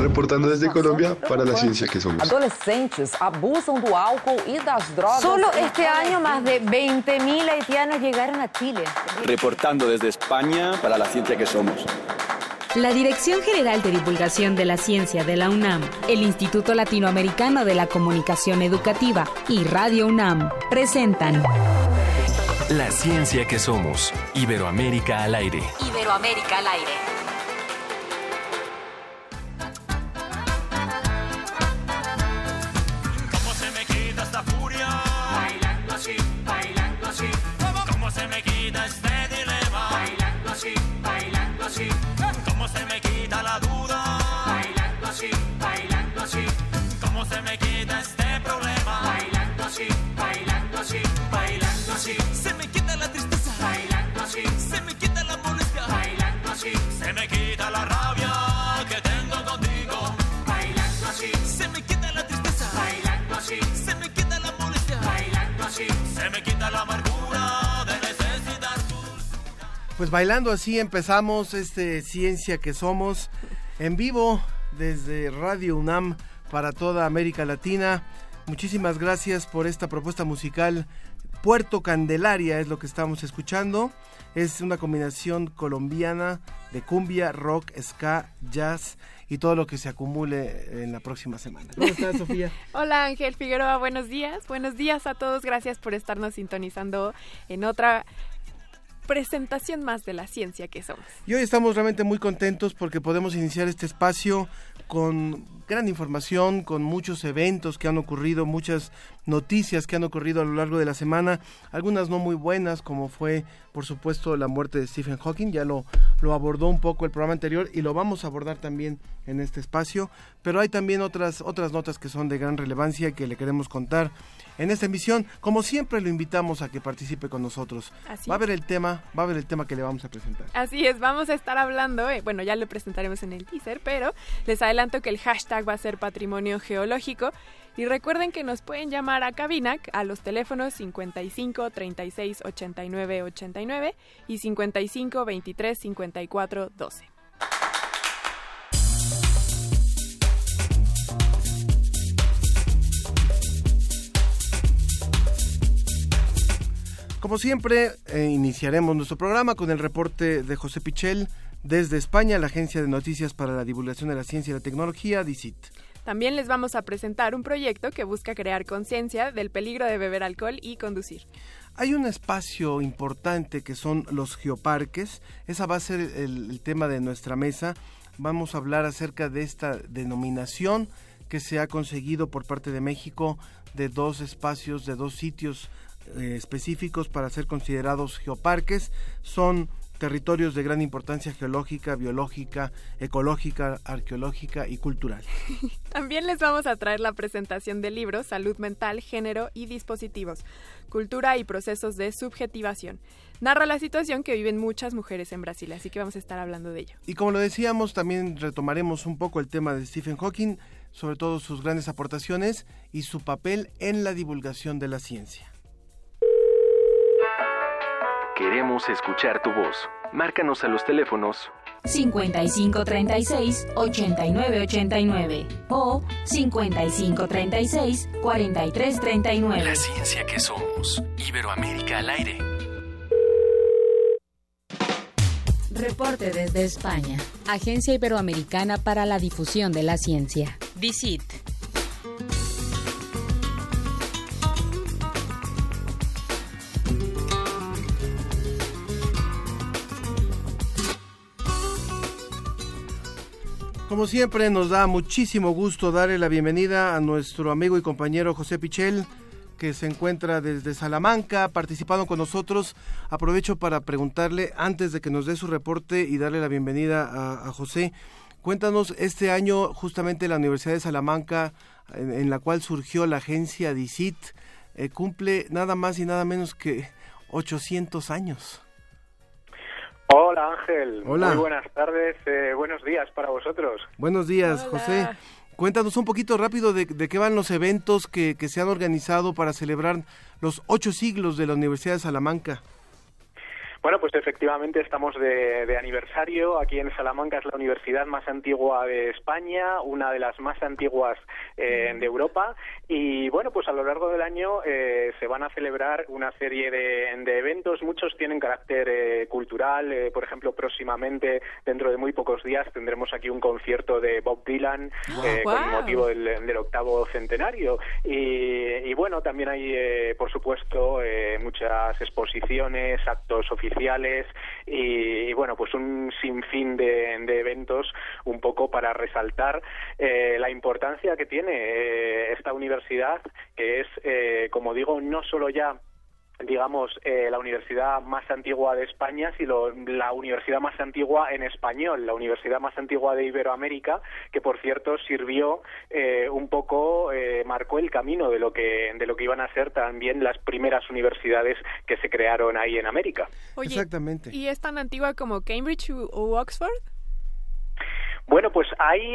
Reportando desde Colombia para la ciencia que somos. Adolescentes abusan do álcool y das drogas. Solo este año más de 20.000 haitianos llegaron a Chile. Reportando desde España para la ciencia que somos. La Dirección General de Divulgación de la Ciencia de la UNAM, el Instituto Latinoamericano de la Comunicación Educativa y Radio UNAM presentan La ciencia que somos. Iberoamérica al aire. Iberoamérica al aire. ¿Cómo se me quita esta furia? Bailando así, bailando así. ¿Cómo se me quita este dilema? Bailando así, bailando así. ¿Cómo se me quita la duda? Bailando así, bailando así. ¿Cómo se me quita este problema? Bailando así, bailando así, bailando así. Se me quita la tristeza. Bailando así. Se me quita la molestia. Bailando así. Se me quita la rabia que tengo contigo. Bailando así. Se me quita la tristeza. Bailando así. Se me quita la molestia. Bailando así. Se me quita la amargura de necesitar tu dulzura. Pues bailando así empezamos Ciencia que Somos en vivo desde Radio UNAM para toda América Latina. Muchísimas gracias por esta propuesta musical. Puerto Candelaria es lo que estamos escuchando. Es una combinación colombiana de cumbia, rock, ska, jazz y todo lo que se acumule en la próxima semana. ¿Cómo estás, Sofía? Hola, Ángel Figueroa, buenos días. Buenos días a todos, gracias por estarnos sintonizando en otra presentación más de la ciencia que somos. Y hoy estamos realmente muy contentos porque podemos iniciar este espacio con gran información, con muchos eventos que han ocurrido, muchas noticias que han ocurrido a lo largo de la semana, algunas no muy buenas, como fue, por supuesto, la muerte de Stephen Hawking. Ya lo abordó un poco el programa anterior y lo vamos a abordar también en este espacio, pero hay también otras notas que son de gran relevancia y que le queremos contar en esta emisión. Como siempre, lo invitamos a que participe con nosotros. Va a ver el tema que le vamos a presentar. Así es, vamos a estar hablando, bueno, ya lo presentaremos en el teaser, pero les adelanto que el hashtag va a ser Patrimonio Geológico. Y recuerden que nos pueden llamar a cabina a los teléfonos 55 36 89 89 y 55 23 54 12. Como siempre, iniciaremos nuestro programa con el reporte de José Pichel desde España, la Agencia de Noticias para la Divulgación de la Ciencia y la Tecnología, DICIT. También les vamos a presentar un proyecto que busca crear conciencia del peligro de beber alcohol y conducir. Hay un espacio importante que son los geoparques. Esa va a ser el tema de nuestra mesa. Vamos a hablar acerca de esta denominación que se ha conseguido por parte de México de dos espacios, de dos sitios específicos para ser considerados geoparques. Son territorios de gran importancia geológica, biológica, ecológica, arqueológica y cultural. También les vamos a traer la presentación del libro Salud Mental, Género y Dispositivos, Cultura y Procesos de Subjetivación. Narra la situación que viven muchas mujeres en Brasil, así que vamos a estar hablando de ello. Y como lo decíamos, también retomaremos un poco el tema de Stephen Hawking, sobre todo sus grandes aportaciones y su papel en la divulgación de la ciencia. Queremos escuchar tu voz. Márcanos a los teléfonos 5536-8989 o 5536-4339. La ciencia que somos. Iberoamérica al aire. Reporte desde España. Agencia Iberoamericana para la Difusión de la Ciencia. DICIT. Como siempre, nos da muchísimo gusto darle la bienvenida a nuestro amigo y compañero José Pichel, que se encuentra desde Salamanca, participando con nosotros. Aprovecho para preguntarle, antes de que nos dé su reporte y darle la bienvenida a José, cuéntanos, este año justamente la Universidad de Salamanca, en la cual surgió la agencia DICIT, cumple nada más y nada menos que 800 años. Hola Ángel, hola. Muy buenas tardes, buenos días para vosotros. Buenos días, hola. José. Cuéntanos un poquito rápido de qué van los eventos que se han organizado para celebrar los 8 siglos de la Universidad de Salamanca. Bueno, pues efectivamente estamos de aniversario. Aquí en Salamanca es la universidad más antigua de España, una de las más antiguas de Europa. Y bueno, pues a lo largo del año se van a celebrar una serie de eventos. Muchos tienen carácter cultural. Por ejemplo, próximamente, dentro de muy pocos días, tendremos aquí un concierto de Bob Dylan con motivo del 8º centenario. Y bueno, también hay, por supuesto, muchas exposiciones, actos oficiales y bueno, pues un sinfín de eventos un poco para resaltar la importancia que tiene esta universidad, que es, como digo, no solo ya digamos, la universidad más antigua de España, sino la universidad más antigua en español, la universidad más antigua de Iberoamérica, que por cierto sirvió un poco, marcó el camino de lo que iban a ser también las primeras universidades que se crearon ahí en América. Oye, exactamente. ¿Y es tan antigua como Cambridge o Oxford? Bueno, pues hay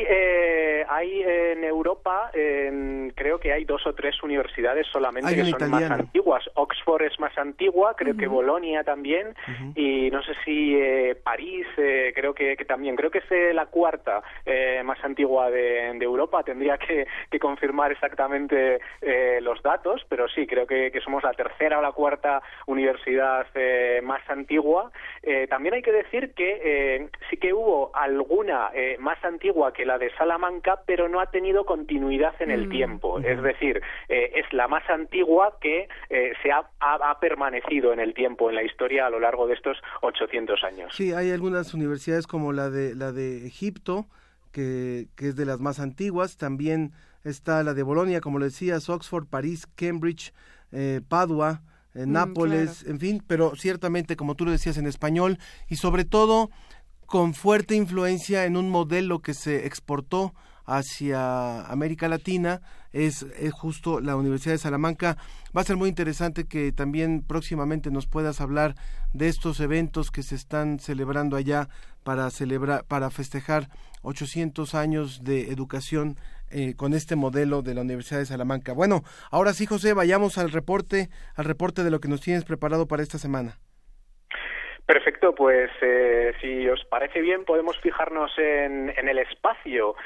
en Europa, creo que hay 2 o 3 universidades solamente que son más antiguas. Oxford es más antigua, creo que Bolonia también, y no sé si París, creo que también. Creo que es la 4ª más antigua de Europa. Tendría que confirmar exactamente los datos, pero sí, creo que somos la 3ª o la 4ª universidad más antigua. También hay que decir que sí que hubo alguna más antigua que la de Salamanca, pero no ha tenido continuidad en el tiempo. Es decir, es la más antigua que se ha permanecido en el tiempo, en la historia, a lo largo de estos 800 años. Sí, hay algunas universidades como la de Egipto, que es de las más antiguas. También está la de Bolonia, como lo decías, Oxford, París, Cambridge, Padua, Nápoles, claro. En fin, pero ciertamente, como tú lo decías, en español, y sobre todo con fuerte influencia en un modelo que se exportó hacia América Latina, es justo la Universidad de Salamanca. Va a ser muy interesante que también próximamente nos puedas hablar de estos eventos que se están celebrando allá para festejar 800 años de educación con este modelo de la Universidad de Salamanca. Bueno, ahora sí, José, vayamos al reporte de lo que nos tienes preparado para esta semana. Perfecto, pues si os parece bien podemos fijarnos en el espacio,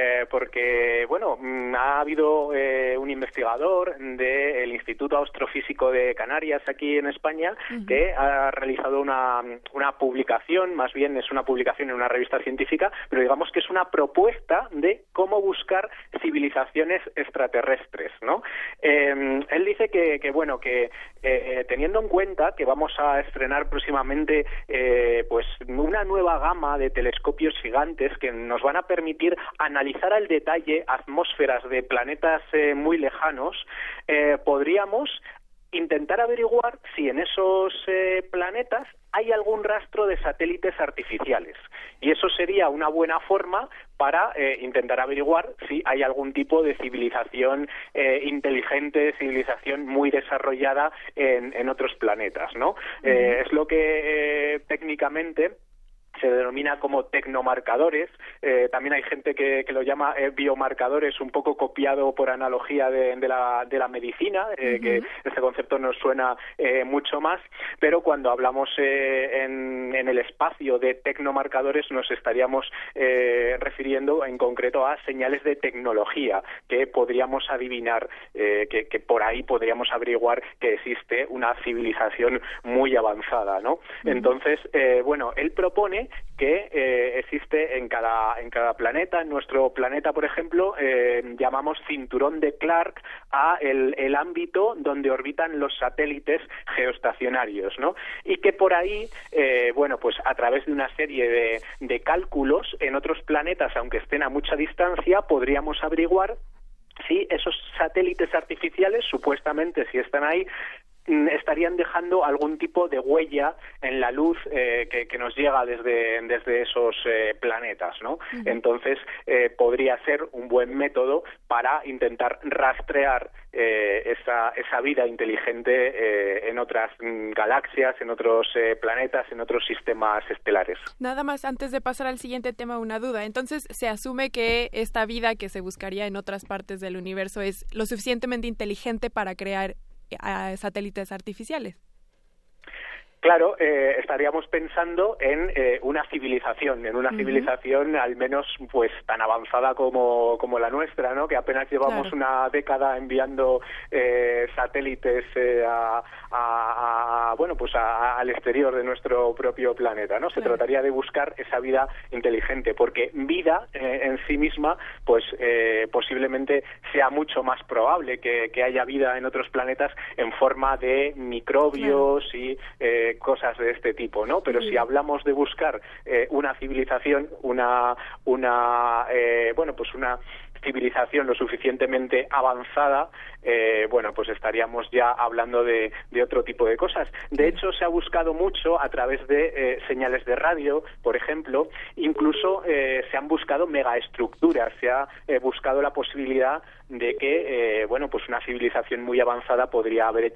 porque bueno, ha habido un investigador del Instituto Astrofísico de Canarias aquí en España que ha realizado una publicación, más bien es una publicación en una revista científica, pero digamos que es una propuesta de cómo buscar civilizaciones extraterrestres, ¿no? Él dice que teniendo en cuenta que vamos a estrenar próximamente pues una nueva gama de telescopios gigantes que nos van a permitir analizar al detalle atmósferas de planetas muy lejanos, podríamos intentar averiguar si en esos planetas hay algún rastro de satélites artificiales. Y eso sería una buena forma para intentar averiguar si hay algún tipo de civilización inteligente, civilización muy desarrollada en otros planetas, ¿no? Es lo que técnicamente se denomina como tecnomarcadores. También hay gente que lo llama biomarcadores, un poco copiado por analogía de la medicina, que este concepto nos suena mucho más, pero cuando hablamos en el espacio de tecnomarcadores nos estaríamos refiriendo en concreto a señales de tecnología que podríamos adivinar, que por ahí podríamos averiguar que existe una civilización muy avanzada, ¿no? Entonces, él propone que existe en cada planeta. En nuestro planeta, por ejemplo, llamamos cinturón de Clark a el ámbito donde orbitan los satélites geoestacionarios, ¿no? Y que por ahí, pues a través de una serie de cálculos en otros planetas, aunque estén a mucha distancia, podríamos averiguar si esos satélites artificiales, supuestamente si están ahí, estarían dejando algún tipo de huella en la luz que nos llega desde esos planetas, ¿no? Entonces podría ser un buen método para intentar rastrear esa vida inteligente en otras galaxias, en otros planetas, en otros sistemas estelares. Nada más, antes de pasar al siguiente tema, una duda. Entonces, ¿se asume que esta vida que se buscaría en otras partes del universo es lo suficientemente inteligente para crear satélites artificiales? Claro, estaríamos pensando en una civilización, civilización al menos pues tan avanzada como la nuestra, ¿no? Que apenas llevamos una década enviando satélites al exterior de nuestro propio planeta, ¿no? Se trataría de buscar esa vida inteligente, porque vida en sí misma, pues posiblemente sea mucho más probable que haya vida en otros planetas en forma de microbios y cosas de este tipo, ¿no? Pero si hablamos de buscar una civilización, una civilización lo suficientemente avanzada, pues estaríamos ya hablando de otro tipo de cosas. De hecho, se ha buscado mucho a través de señales de radio, por ejemplo, incluso se han buscado megaestructuras, se ha buscado la posibilidad de que, una civilización muy avanzada podría haber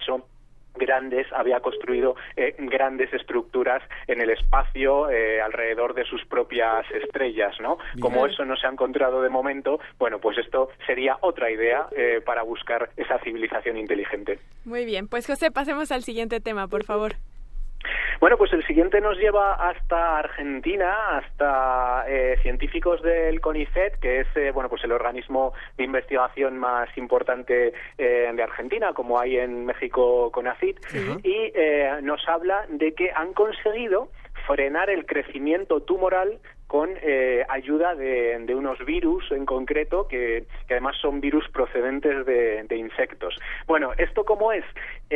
había construido grandes estructuras en el espacio alrededor de sus propias estrellas, ¿no? Bien. Como eso no se ha encontrado de momento, pues esto sería otra idea para buscar esa civilización inteligente. Muy bien, pues José, pasemos al siguiente tema, por favor. Bueno, pues el siguiente nos lleva hasta Argentina, hasta científicos del CONICET, que es el organismo de investigación más importante de Argentina, como hay en México CONACYT, y nos habla de que han conseguido frenar el crecimiento tumoral con ayuda de unos virus en concreto, que además son virus procedentes de insectos. Bueno, ¿esto cómo es?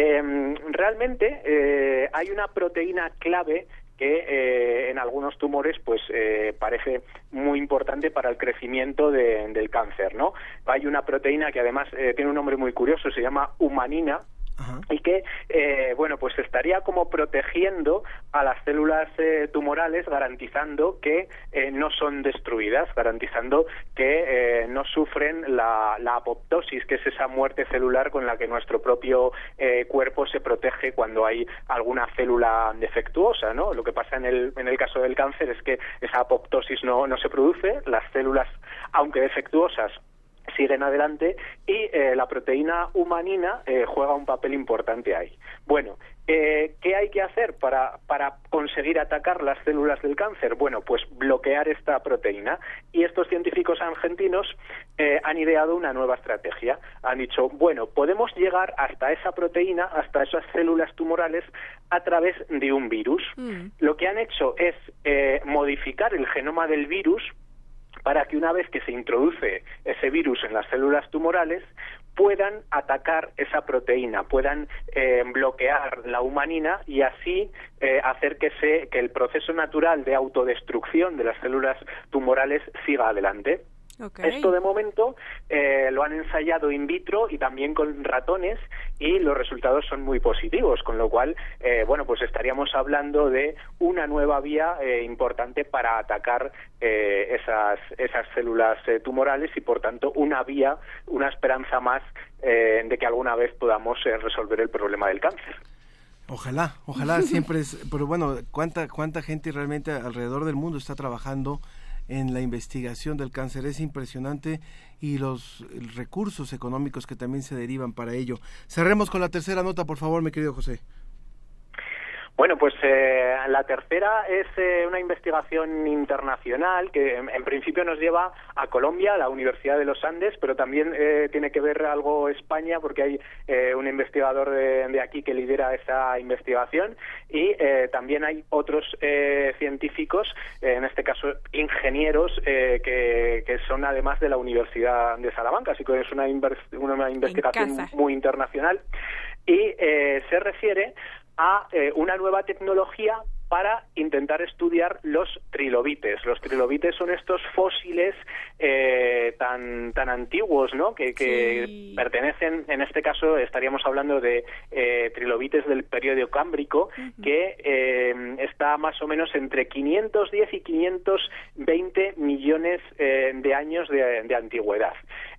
Realmente hay una proteína clave que en algunos tumores parece muy importante para el crecimiento del cáncer, ¿no? Hay una proteína que además tiene un nombre muy curioso, se llama humanina, y que estaría como protegiendo a las células tumorales, garantizando que no son destruidas, garantizando que no sufren la apoptosis, que es esa muerte celular con la que nuestro propio cuerpo se protege cuando hay alguna célula defectuosa, ¿no? Lo que pasa en el caso del cáncer es que esa apoptosis no se produce, las células, aunque defectuosas, siguen adelante, y la proteína humanina juega un papel importante ahí. Bueno, ¿qué hay que hacer para conseguir atacar las células del cáncer? Bueno, pues bloquear esta proteína. Y estos científicos argentinos han ideado una nueva estrategia. Han dicho, podemos llegar hasta esa proteína, hasta esas células tumorales, a través de un virus. Lo que han hecho es modificar el genoma del virus para que una vez que se introduce ese virus en las células tumorales puedan atacar esa proteína, puedan bloquear la humanina y así hacer que el proceso natural de autodestrucción de las células tumorales siga adelante. Okay. Esto de momento lo han ensayado in vitro y también con ratones, y los resultados son muy positivos, con lo cual estaríamos hablando de una nueva vía importante para atacar esas células tumorales, y por tanto una esperanza más de que alguna vez podamos resolver el problema del cáncer. Ojalá siempre pero cuánta gente realmente alrededor del mundo está trabajando en la investigación del cáncer. Es impresionante, y los recursos económicos que también se derivan para ello. Cerremos con la tercera nota, por favor, mi querido José. Bueno, pues la tercera es una investigación internacional que en principio nos lleva a Colombia, a la Universidad de los Andes, pero también tiene que ver algo España, porque hay un investigador de aquí que lidera esa investigación, y también hay otros científicos, en este caso ingenieros, que son además de la Universidad de Salamanca, así que es una investigación muy internacional, y se refiere a una nueva tecnología para intentar estudiar los trilobites. Los trilobites son estos fósiles tan antiguos, ¿no? Que pertenecen, en este caso estaríamos hablando de trilobites del período cámbrico, que está más o menos entre 510 y 520 millones de años de antigüedad.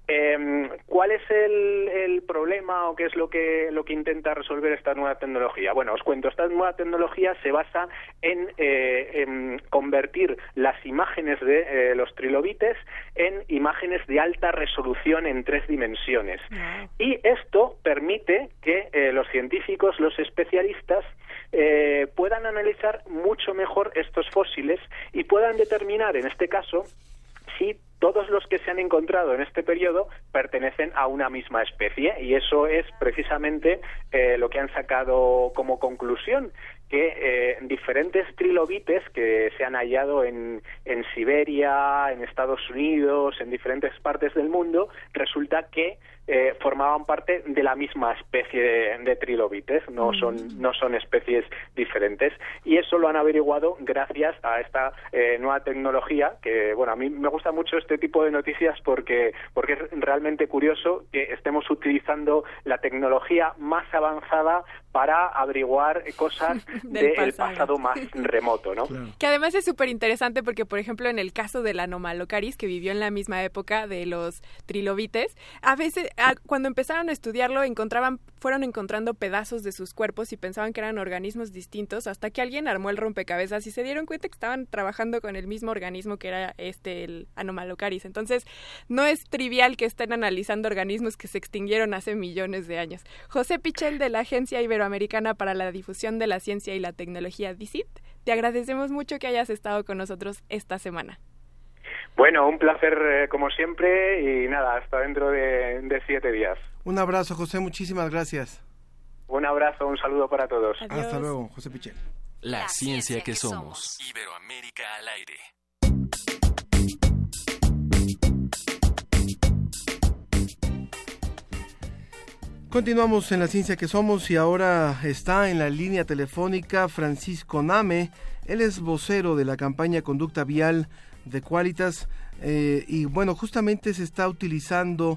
¿Cuál es el problema o qué es lo que intenta resolver esta nueva tecnología? Bueno, os cuento, esta nueva tecnología se basa en convertir las imágenes de los trilobites en imágenes de alta resolución en 3 dimensiones. Y esto permite que los científicos, los especialistas, puedan analizar mucho mejor estos fósiles y puedan determinar, en este caso, si todos los que se han encontrado en este periodo pertenecen a una misma especie, y eso es precisamente lo que han sacado como conclusión, que diferentes trilobites que se han hallado en Siberia, en Estados Unidos, en diferentes partes del mundo, resulta que formaban parte de la misma especie de trilobites, no son especies diferentes, y eso lo han averiguado gracias a esta nueva tecnología que, bueno, a mí me gusta mucho este tipo de noticias porque es realmente curioso que estemos utilizando la tecnología más avanzada para averiguar cosas del pasado más remoto, ¿no? Claro. Que además es súper interesante porque, por ejemplo, en el caso del Anomalocaris, que vivió en la misma época de los trilobites, a veces, cuando empezaron a estudiarlo, fueron encontrando pedazos de sus cuerpos y pensaban que eran organismos distintos, hasta que alguien armó el rompecabezas y se dieron cuenta que estaban trabajando con el mismo organismo que era el Anomalocaris. Entonces, no es trivial que estén analizando organismos que se extinguieron hace millones de años. José Pichel, de la Agencia Iberoamericana para la Difusión de la Ciencia y la Tecnología, DICIT, te agradecemos mucho que hayas estado con nosotros esta semana. Bueno, un placer como siempre, y nada, hasta dentro de 7 días. Un abrazo, José, muchísimas gracias. Un abrazo, un saludo para todos. Adiós. Hasta luego, José Pichel. La ciencia que somos. Iberoamérica al aire. Continuamos en La Ciencia que Somos y ahora está en la línea telefónica Francisco Name. Él es vocero de la campaña Conducta Vial de Qualitas y bueno, justamente se está utilizando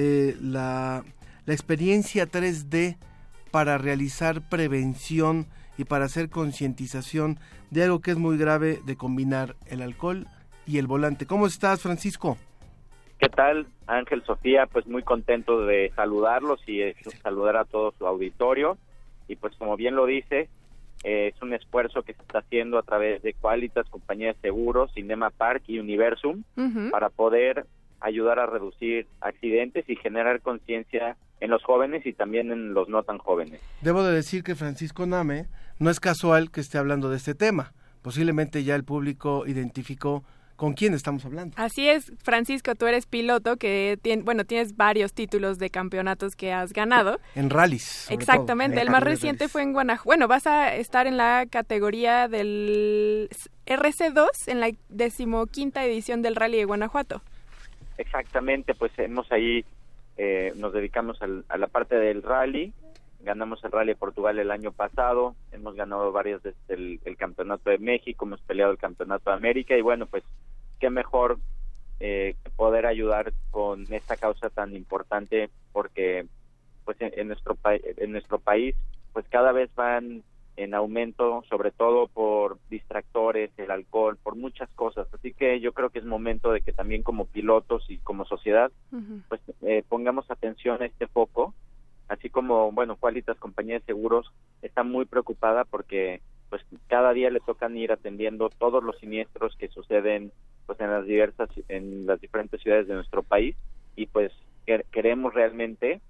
la experiencia 3D para realizar prevención y para hacer concientización de algo que es muy grave, de combinar el alcohol y el volante. ¿Cómo estás, Francisco? ¿Qué tal, Ángel, Sofía? Pues muy contento de saludarlos y saludar a todo su auditorio. Y pues como bien lo dice, es un esfuerzo que se está haciendo a través de Qualitas, Compañía de Seguros, Cinema Park y Universum, para poder ayudar a reducir accidentes y generar conciencia en los jóvenes y también en los no tan jóvenes. Debo de decir que Francisco Name no es casual que esté hablando de este tema. Posiblemente ya el público identificó con quién estamos hablando. Así es, Francisco, tú eres piloto que tienes varios títulos de campeonatos que has ganado. En rallies. Exactamente, el más reciente fue en Guanajuato. Bueno, vas a estar en la categoría del RC2 en la 15ª edición del Rally de Guanajuato. Exactamente, pues hemos ahí, nos dedicamos a la parte del rally. Ganamos el Rally de Portugal el año pasado, hemos ganado varios desde el Campeonato de México, hemos peleado el Campeonato de América y bueno, pues qué mejor poder ayudar con esta causa tan importante porque pues en nuestro país pues cada vez van en aumento, sobre todo por distractores, el alcohol, por muchas cosas, así que yo creo que es momento de que también como pilotos y como sociedad pues pongamos atención a este foco. Así como, bueno, Qualitas, Compañía de Seguros, está muy preocupada porque pues cada día le tocan ir atendiendo todos los siniestros que suceden pues en las diferentes ciudades de nuestro país y pues queremos realmente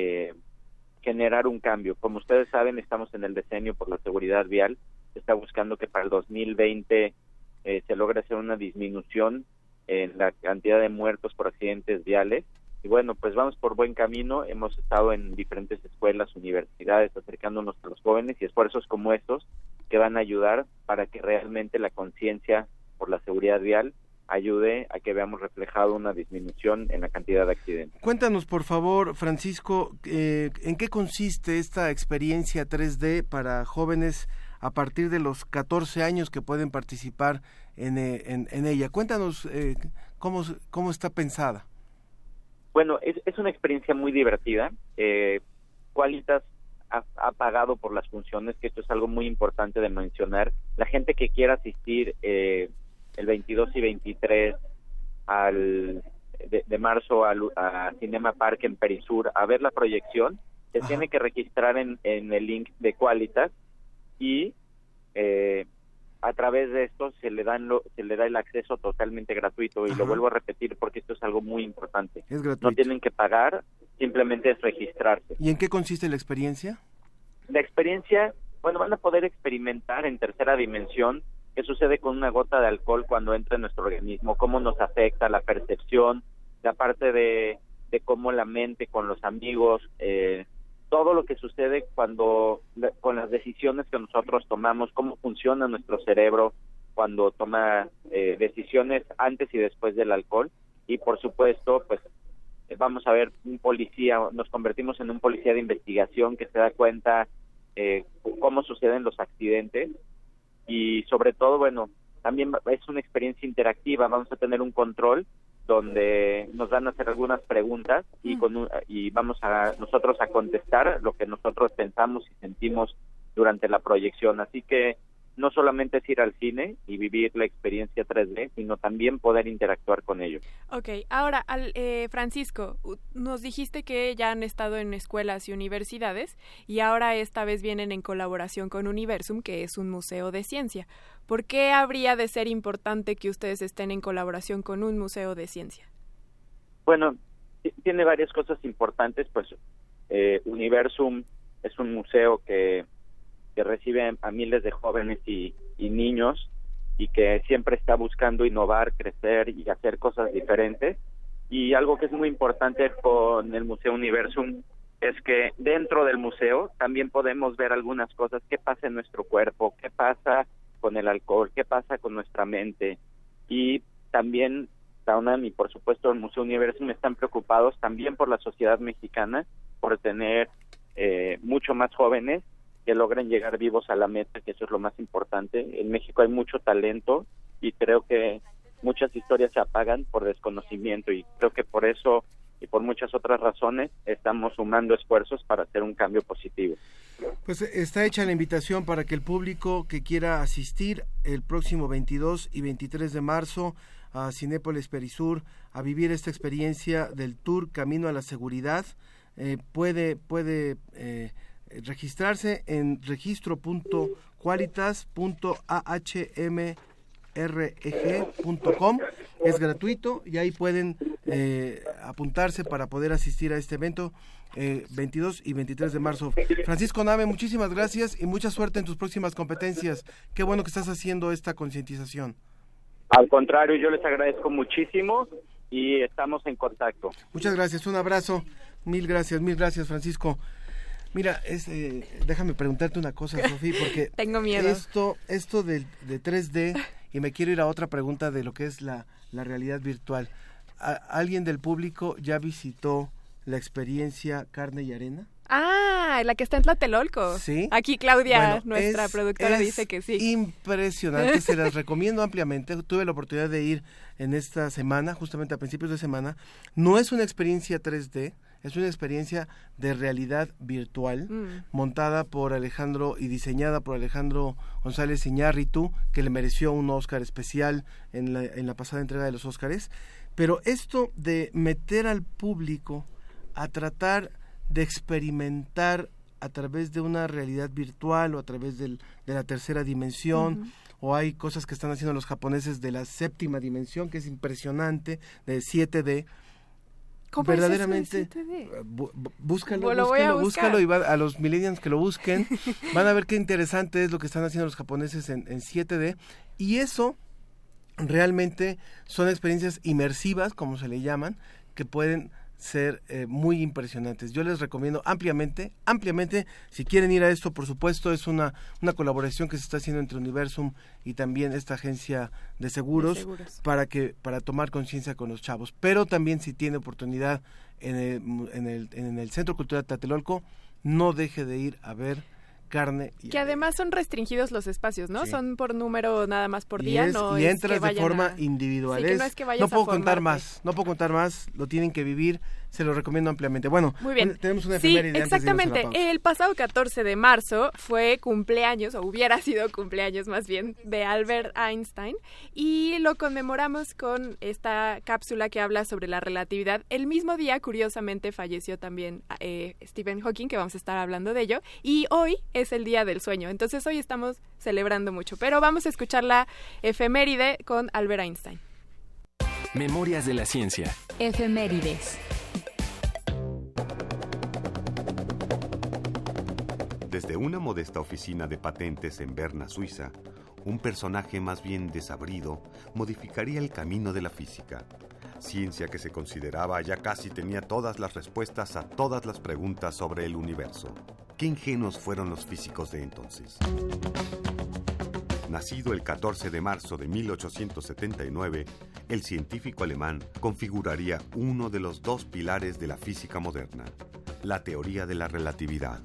generar un cambio. Como ustedes saben, estamos en el decenio por la seguridad vial. Se está buscando que para el 2020 se logre hacer una disminución en la cantidad de muertos por accidentes viales. Y bueno, pues vamos por buen camino, hemos estado en diferentes escuelas, universidades, acercándonos a los jóvenes y esfuerzos como estos que van a ayudar para que realmente la conciencia por la seguridad vial ayude a que veamos reflejado una disminución en la cantidad de accidentes. Cuéntanos, por favor, Francisco, ¿en qué consiste esta experiencia 3D para jóvenes a partir de los 14 años que pueden participar en ella? Cuéntanos cómo está pensada. Bueno, es una experiencia muy divertida. Qualitas ha pagado por las funciones, que esto es algo muy importante de mencionar. La gente que quiera asistir el 22 y 23 al de marzo a Cinema Park en Perisur a ver la proyección, se tiene que registrar en el link de Qualitas y a través de esto se le da el acceso totalmente gratuito y lo vuelvo a repetir porque esto es algo muy importante. Es gratuito. No tienen que pagar, simplemente es registrarse. ¿Y en qué consiste la experiencia? La experiencia, bueno, van a poder experimentar en tercera dimensión qué sucede con una gota de alcohol cuando entra en nuestro organismo, cómo nos afecta la percepción, la parte de cómo la mente con los amigos, todo lo que sucede con las decisiones que nosotros tomamos, cómo funciona nuestro cerebro cuando toma decisiones antes y después del alcohol. Y por supuesto, pues vamos a ver un policía, nos convertimos en un policía de investigación que se da cuenta cómo suceden los accidentes y sobre todo, bueno, también es una experiencia interactiva, vamos a tener un control donde nos van a hacer algunas preguntas y vamos a nosotros a contestar lo que nosotros pensamos y sentimos durante la proyección, así que no solamente es ir al cine y vivir la experiencia 3D, sino también poder interactuar con ellos. Ok, ahora, Francisco, nos dijiste que ya han estado en escuelas y universidades y ahora esta vez vienen en colaboración con Universum, que es un museo de ciencia. ¿Por qué habría de ser importante que ustedes estén en colaboración con un museo de ciencia? Bueno, tiene varias cosas importantes, pues Universum es un museo que recibe a miles de jóvenes y niños y que siempre está buscando innovar, crecer y hacer cosas diferentes. Y algo que es muy importante con el Museo Universum es que dentro del museo también podemos ver algunas cosas, qué pasa en nuestro cuerpo, qué pasa con el alcohol, qué pasa con nuestra mente. Y también la UNAM y por supuesto el Museo Universum están preocupados también por la sociedad mexicana, por tener mucho más jóvenes que logren llegar vivos a la meta, que eso es lo más importante. En México hay mucho talento y creo que muchas historias se apagan por desconocimiento y creo que por eso y por muchas otras razones estamos sumando esfuerzos para hacer un cambio positivo. Pues está hecha la invitación para que el público que quiera asistir el próximo 22 y 23 de marzo a Cinépolis Perisur a vivir esta experiencia del tour Camino a la Seguridad, puede registrarse en registro.qualitas.ahmreg.com. Es gratuito y ahí pueden apuntarse para poder asistir a este evento 22 y 23 de marzo. Francisco Nave, muchísimas gracias y mucha suerte en tus próximas competencias. Qué bueno que estás haciendo esta concientización. Al contrario, yo les agradezco muchísimo y estamos en contacto. Muchas gracias, un abrazo. Mil gracias, Francisco. Mira, déjame preguntarte una cosa, Sofía, porque tengo miedo. Esto de 3D, y me quiero ir a otra pregunta de lo que es la realidad virtual. ¿Alguien del público ya visitó la experiencia Carne y Arena? Ah, la que está en Tlatelolco. Sí. Aquí Claudia, nuestra productora, dice que sí. Impresionante, se las recomiendo ampliamente. Tuve la oportunidad de ir en esta semana, justamente a principios de semana. No es una experiencia 3D, es una experiencia de realidad virtual, montada por Alejandro y diseñada por Alejandro González Iñárritu, que le mereció un Oscar especial en la pasada entrega de los Óscares. Pero esto de meter al público a tratar de experimentar a través de una realidad virtual o a través de la tercera dimensión, o hay cosas que están haciendo los japoneses de la séptima dimensión, que es impresionante, de 7D. ¿Cómo verdaderamente es eso de 7D? Búscalo y a los millennials que lo busquen van a ver qué interesante es lo que están haciendo los japoneses en 7D, y eso realmente son experiencias inmersivas, como se le llaman, que pueden ser muy impresionantes. Yo les recomiendo ampliamente, si quieren ir a esto, por supuesto, es una colaboración que se está haciendo entre Universum y también esta agencia de seguros. Para tomar conciencia con los chavos. Pero también, si tiene oportunidad en el Centro Cultural Tlatelolco, no deje de ir a ver carne. Que además son restringidos los espacios, ¿no? Sí. Son por número nada más por día, y entras de forma individual. Sí, que no es que vayas no puedo a contar formarte. más, lo tienen que vivir, se lo recomiendo ampliamente. Bueno, muy bien. Tenemos una Sí, efeméride antes de irnos a la exactamente. pausa. El pasado 14 de marzo fue cumpleaños, o hubiera sido cumpleaños más bien, de Albert Einstein, y lo conmemoramos con esta cápsula que habla sobre la relatividad. El mismo día, curiosamente, falleció también Stephen Hawking, que vamos a estar hablando de ello, y hoy es el día del sueño, entonces hoy estamos celebrando mucho, pero vamos a escuchar la efeméride con Albert Einstein. Memorias de la ciencia. Efemérides. Desde una modesta oficina de patentes en Berna, Suiza, un personaje más bien desabrido modificaría el camino de la física, ciencia que se consideraba ya casi tenía todas las respuestas a todas las preguntas sobre el universo. ¿Qué ingenuos fueron los físicos de entonces? Nacido el 14 de marzo de 1879, el científico alemán configuraría uno de los dos pilares de la física moderna, la teoría de la relatividad.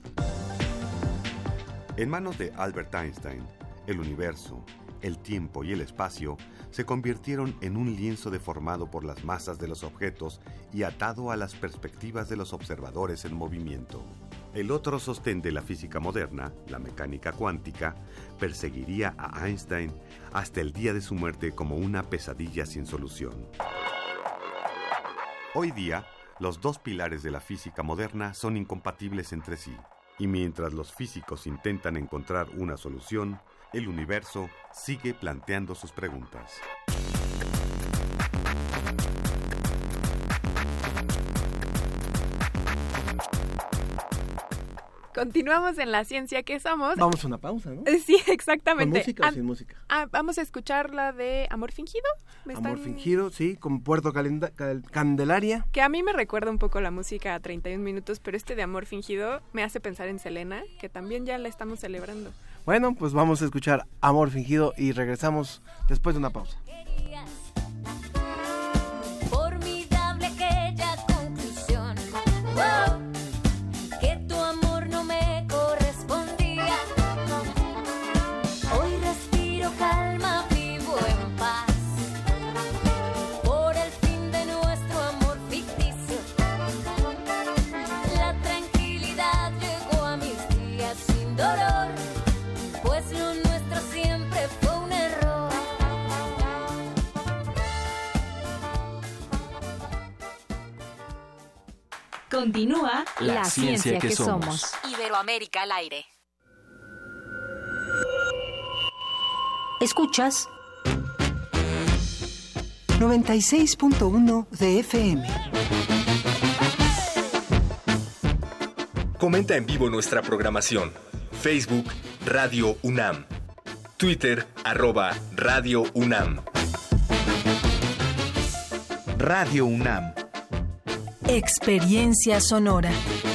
En manos de Albert Einstein, el universo, el tiempo y el espacio se convirtieron en un lienzo deformado por las masas de los objetos y atado a las perspectivas de los observadores en movimiento. El otro sostén de la física moderna, la mecánica cuántica, perseguiría a Einstein hasta el día de su muerte como una pesadilla sin solución. Hoy día, los dos pilares de la física moderna son incompatibles entre sí, y mientras los físicos intentan encontrar una solución, el universo sigue planteando sus preguntas. Continuamos en la ciencia que somos. Vamos a una pausa, ¿no? Sí, exactamente. ¿Con música o sin música? Vamos a escuchar la de Amor Fingido. Amor Fingido, sí, con Puerto Candelaria. Que a mí me recuerda un poco la música a 31 minutos, pero este de Amor Fingido me hace pensar en Selena, que también ya la estamos celebrando. Bueno, pues vamos a escuchar Amor Fingido y regresamos después de una pausa. Formidable aquella conclusión. ¡Wow! Que tu amor no me correspondía. Hoy respiro calma, vivo en paz. Por el fin de nuestro amor ficticio. La tranquilidad llegó a mis días sin dolor. Pues lo nuestro siempre fue un error. Continúa La Ciencia que Somos. Iberoamérica al aire. ¿Escuchas? 96.1 de FM. Comenta en vivo nuestra programación. Facebook, Radio UNAM. Twitter, @Radio UNAM. Radio UNAM. Experiencia sonora.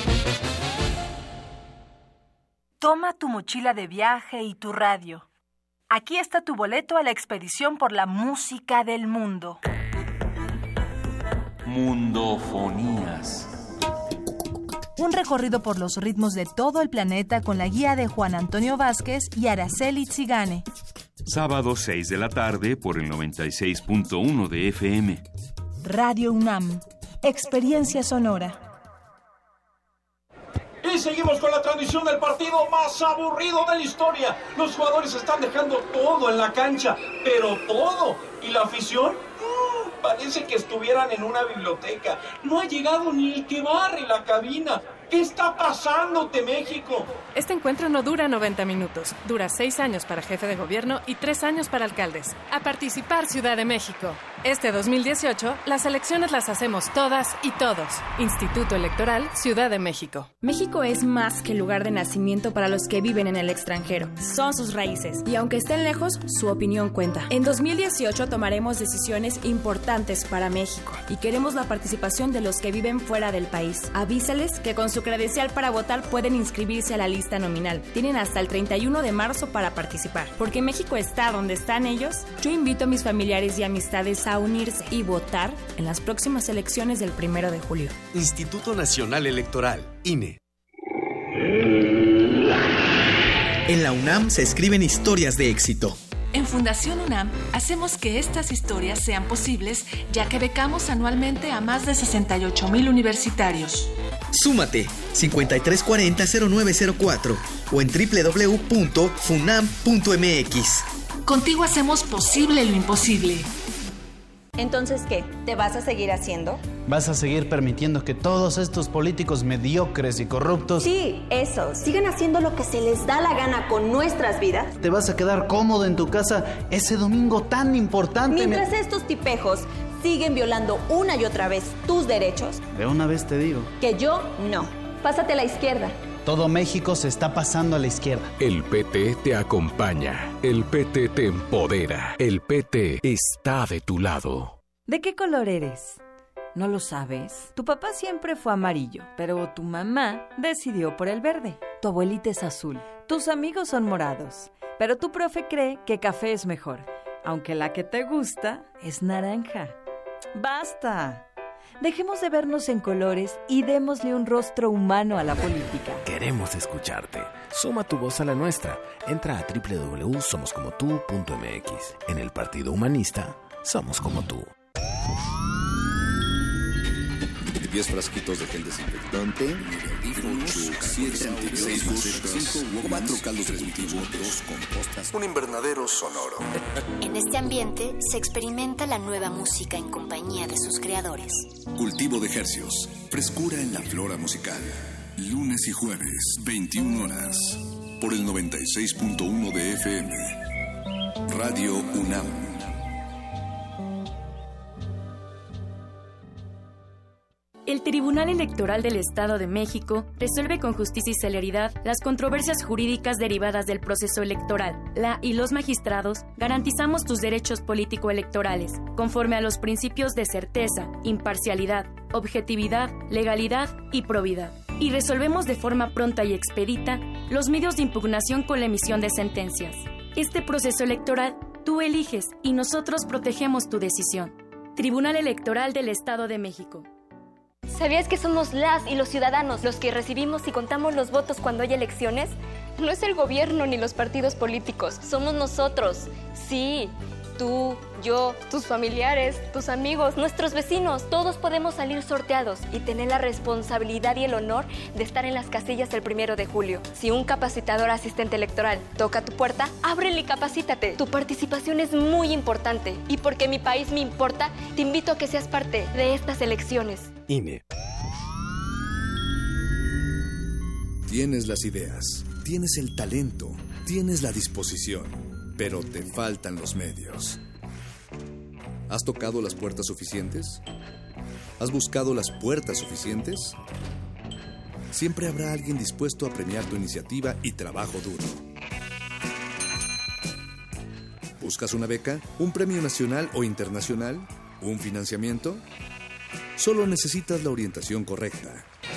Toma tu mochila de viaje y tu radio. Aquí está tu boleto a la expedición por la música del mundo. Mundofonías. Un recorrido por los ritmos de todo el planeta con la guía de Juan Antonio Vázquez y Araceli Tzigane. Sábado 6 de la tarde por el 96.1 de FM. Radio UNAM. Experiencia sonora. Y seguimos con la transmisión del partido más aburrido de la historia. Los jugadores están dejando todo en la cancha, pero todo. ¿Y la afición? Parece que estuvieran en una biblioteca. No ha llegado ni el que barre la cabina. ¿Qué está pasándote, México? Este encuentro no dura 90 minutos. Dura 6 años para jefe de gobierno y 3 años para alcaldes. A participar, Ciudad de México. Este 2018, las elecciones las hacemos todas y todos. Instituto Electoral, Ciudad de México. México es más que lugar de nacimiento para los que viven en el extranjero. Son sus raíces. Y aunque estén lejos, su opinión cuenta. En 2018 tomaremos decisiones importantes para México. Y queremos la participación de los que viven fuera del país. Avísales que con su credencial para votar pueden inscribirse a la lista nominal. Tienen hasta el 31 de marzo para participar. Porque México está donde están ellos. Yo invito a mis familiares y amistades a unirse y votar en las próximas elecciones del 1 de julio. Instituto Nacional Electoral, INE. En la UNAM se escriben historias de éxito. En Fundación UNAM hacemos que estas historias sean posibles, ya que becamos anualmente a más de 68,000 universitarios. Súmate 5340-0904 o en www.funam.mx. Contigo hacemos posible lo imposible. Entonces, ¿qué? ¿Te vas a seguir haciendo? ¿Vas a seguir permitiendo que todos estos políticos mediocres y corruptos... Sí, eso. Sigan haciendo lo que se les da la gana con nuestras vidas. ¿Te vas a quedar cómodo en tu casa ese domingo tan importante? Mientras estos tipejos siguen violando una y otra vez tus derechos. De una vez te digo. Que yo no. Pásate a la izquierda. Todo México se está pasando a la izquierda. El PT te acompaña. El PT te empodera. El PT está de tu lado. ¿De qué color eres? ¿No lo sabes? Tu papá siempre fue amarillo, pero tu mamá decidió por el verde. Tu abuelita es azul. Tus amigos son morados, pero tu profe cree que café es mejor, aunque la que te gusta es naranja. ¡Basta! Dejemos de vernos en colores y démosle un rostro humano a la política. Queremos escucharte. Suma tu voz a la nuestra. Entra a www.somoscomotu.mx. En el Partido Humanista, somos como tú. 10 frasquitos de gel desinfectante, 4 caldos de cultivo, 2 compostas, un invernadero sonoro. En este ambiente se experimenta la nueva música en compañía de sus creadores. Cultivo de hercios, frescura en la flora musical. Lunes y jueves, 21 horas, por el 96.1 de FM. Radio UNAM. El Tribunal Electoral del Estado de México resuelve con justicia y celeridad las controversias jurídicas derivadas del proceso electoral. La y los magistrados garantizamos tus derechos político-electorales, conforme a los principios de certeza, imparcialidad, objetividad, legalidad y probidad. Y resolvemos de forma pronta y expedita los medios de impugnación con la emisión de sentencias. Este proceso electoral tú eliges y nosotros protegemos tu decisión. Tribunal Electoral del Estado de México. ¿Sabías que somos las y los ciudadanos los que recibimos y contamos los votos cuando hay elecciones? No es el gobierno ni los partidos políticos, somos nosotros. Sí, tú, yo, tus familiares, tus amigos, nuestros vecinos, todos podemos salir sorteados y tener la responsabilidad y el honor de estar en las casillas el 1 de julio. Si un capacitador asistente electoral toca tu puerta, ábrele y capacítate. Tu participación es muy importante y porque mi país me importa, te invito a que seas parte de estas elecciones. INE. Tienes las ideas, tienes el talento, tienes la disposición, pero te faltan los medios. ¿Has tocado las puertas suficientes? ¿Has buscado las puertas suficientes? Siempre habrá alguien dispuesto a premiar tu iniciativa y trabajo duro. ¿Buscas una beca? ¿Un premio nacional o internacional? ¿Un financiamiento? Solo necesitas la orientación correcta.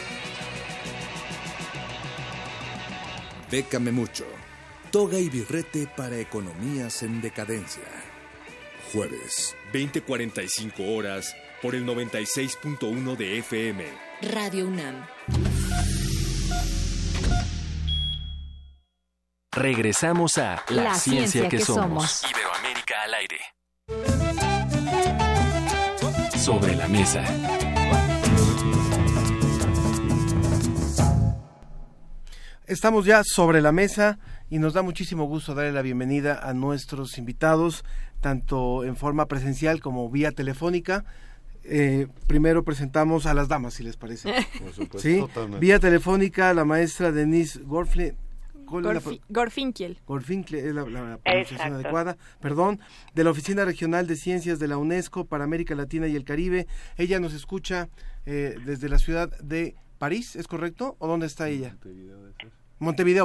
Bécame mucho. Toga y birrete para economías en decadencia. Jueves, 20:45 horas, por el 96.1 de FM. Radio UNAM. Regresamos a La Ciencia que Somos. Iberoamérica al aire. Sobre la mesa. Estamos ya sobre la mesa y nos da muchísimo gusto darle la bienvenida a nuestros invitados, tanto en forma presencial como vía telefónica. Primero presentamos a las damas, si les parece. Por supuesto, ¿sí? totalmente. Vía telefónica, la maestra Denise Gorfinkel. Gorfinkel es la pronunciación adecuada, perdón, de la Oficina Regional de Ciencias de la UNESCO para América Latina y el Caribe. Ella nos escucha desde la ciudad de París, ¿es correcto? ¿O dónde está ella? Montevideo.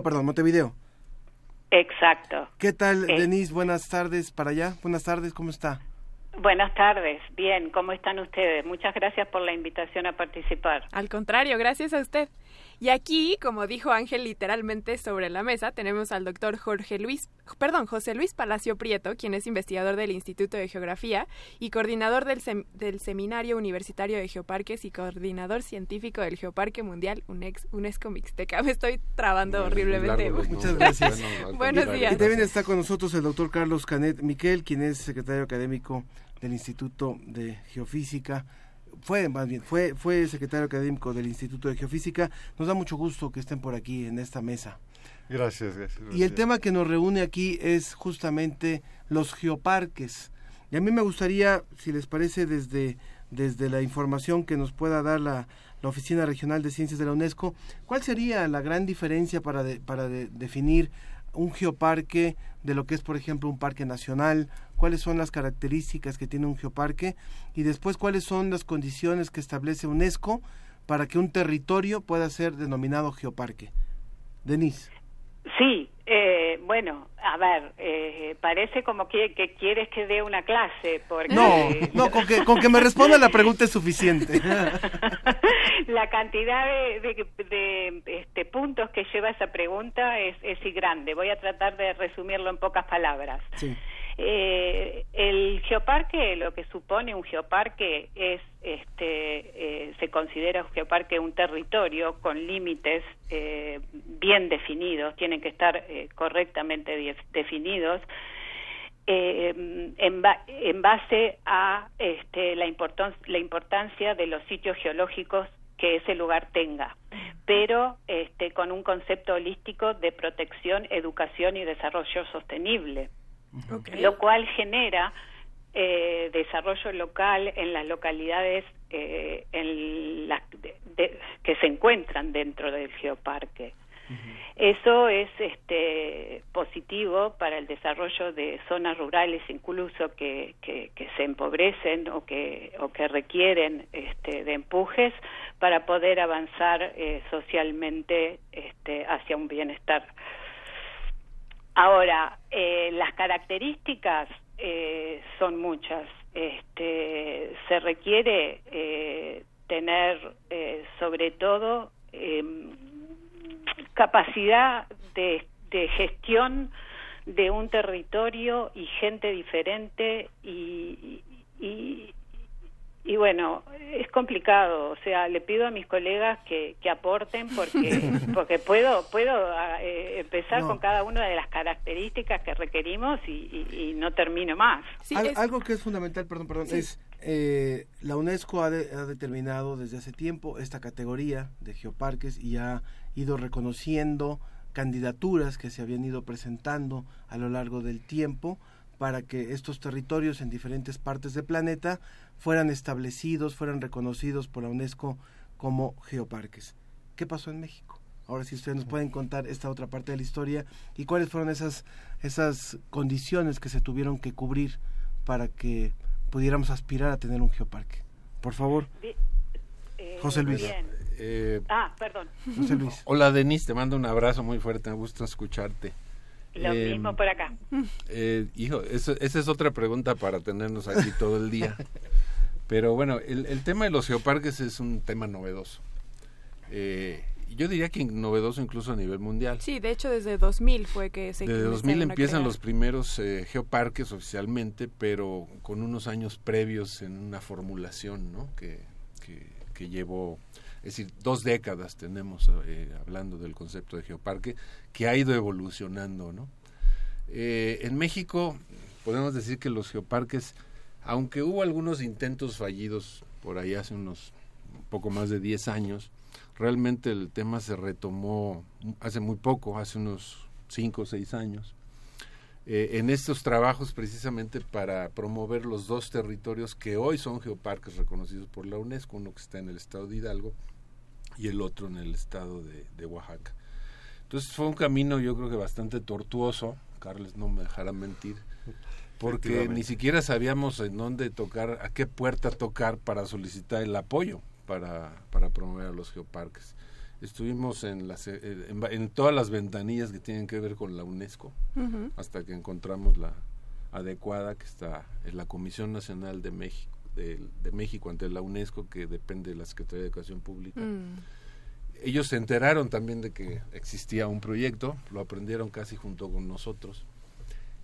Exacto. ¿Qué tal, Denise? Buenas tardes para allá. Buenas tardes, ¿cómo está? Buenas tardes, bien, ¿cómo están ustedes? Muchas gracias por la invitación a participar. Al contrario, gracias a usted. Y aquí, como dijo Ángel literalmente sobre la mesa, tenemos al doctor Jorge Luis José Luis Palacio Prieto, quien es investigador del Instituto de Geografía y coordinador del Seminario Universitario de Geoparques y coordinador científico del Geoparque Mundial UNESCO Mixteca. Me estoy trabando horriblemente. Muchas gracias. Buenos días. Y también está con nosotros el doctor Carlos Canet Miquel, quien es secretario académico del Instituto de Geofísica. Fue secretario académico del Instituto de Geofísica. Nos da mucho gusto que estén por aquí en esta mesa. Gracias. Y el tema que nos reúne aquí es justamente los geoparques. Y a mí me gustaría, si les parece, desde la información que nos pueda dar la Oficina Regional de Ciencias de la UNESCO, ¿cuál sería la gran diferencia para definir un geoparque de lo que es, por ejemplo, un parque nacional? ¿Cuáles son las características que tiene un geoparque? Y después, ¿cuáles son las condiciones que establece UNESCO para que un territorio pueda ser denominado geoparque? Denise. Sí, bueno, a ver, parece como que quieres que dé una clase. Porque No, con que me responda la pregunta es suficiente. La cantidad de puntos que lleva esa pregunta es grande. Voy a tratar de resumirlo en pocas palabras. Sí. El geoparque, lo que supone un geoparque es, se considera un geoparque un territorio con límites bien definidos, tienen que estar correctamente definidos, en base a la importancia de los sitios geológicos que ese lugar tenga, pero con un concepto holístico de protección, educación y desarrollo sostenible. Okay. Lo cual genera desarrollo local en las localidades que se encuentran dentro del geoparque. Eso es positivo para el desarrollo de zonas rurales, incluso que se empobrecen o que requieren de empujes para poder avanzar socialmente hacia un bienestar. Ahora, las características son muchas. Se requiere tener, sobre todo, capacidad de gestión de un territorio y gente diferente y bueno, es complicado, o sea, le pido a mis colegas que aporten porque puedo empezar con cada una de las características que requerimos y no termino más. Sí, algo que es fundamental, perdón, sí. Es la UNESCO ha determinado desde hace tiempo esta categoría de geoparques y ha ido reconociendo candidaturas que se habían ido presentando a lo largo del tiempo para que estos territorios en diferentes partes del planeta fueran establecidos, fueran reconocidos por la UNESCO como geoparques. ¿Qué pasó en México? Ahora si ustedes nos pueden contar esta otra parte de la historia y cuáles fueron esas condiciones que se tuvieron que cubrir para que pudiéramos aspirar a tener un geoparque. Por favor, José Luis. Perdón. José Luis. Hola Denise, te mando un abrazo muy fuerte, me gusta escucharte. Lo mismo por acá. Esa es otra pregunta para tenernos aquí todo el día. Pero bueno, el tema de los geoparques es un tema novedoso. Yo diría que novedoso incluso a nivel mundial. Sí, de hecho desde 2000 fue que se Desde 2000 empiezan los primeros geoparques oficialmente, pero con unos años previos en una formulación, ¿no? que llevó, es decir, 2 décadas tenemos hablando del concepto de geoparque, que ha ido evolucionando, ¿no? En México podemos decir que los geoparques, aunque hubo algunos intentos fallidos por ahí hace un poco más de 10 años, realmente el tema se retomó hace muy poco, hace unos 5 o 6 años, en estos trabajos precisamente para promover los 2 territorios que hoy son geoparques reconocidos por la UNESCO, uno que está en el estado de Hidalgo y el otro en el estado de Oaxaca. Entonces fue un camino yo creo que bastante tortuoso, Carles no me dejará mentir, porque ni siquiera sabíamos en dónde tocar, a qué puerta tocar para solicitar el apoyo para promover a los geoparques. Estuvimos en todas las ventanillas que tienen que ver con la UNESCO, hasta que encontramos la adecuada, que está en la Comisión Nacional de México ante la UNESCO, que depende de la Secretaría de Educación Pública. Ellos se enteraron también de que existía un proyecto, lo aprendieron casi junto con nosotros,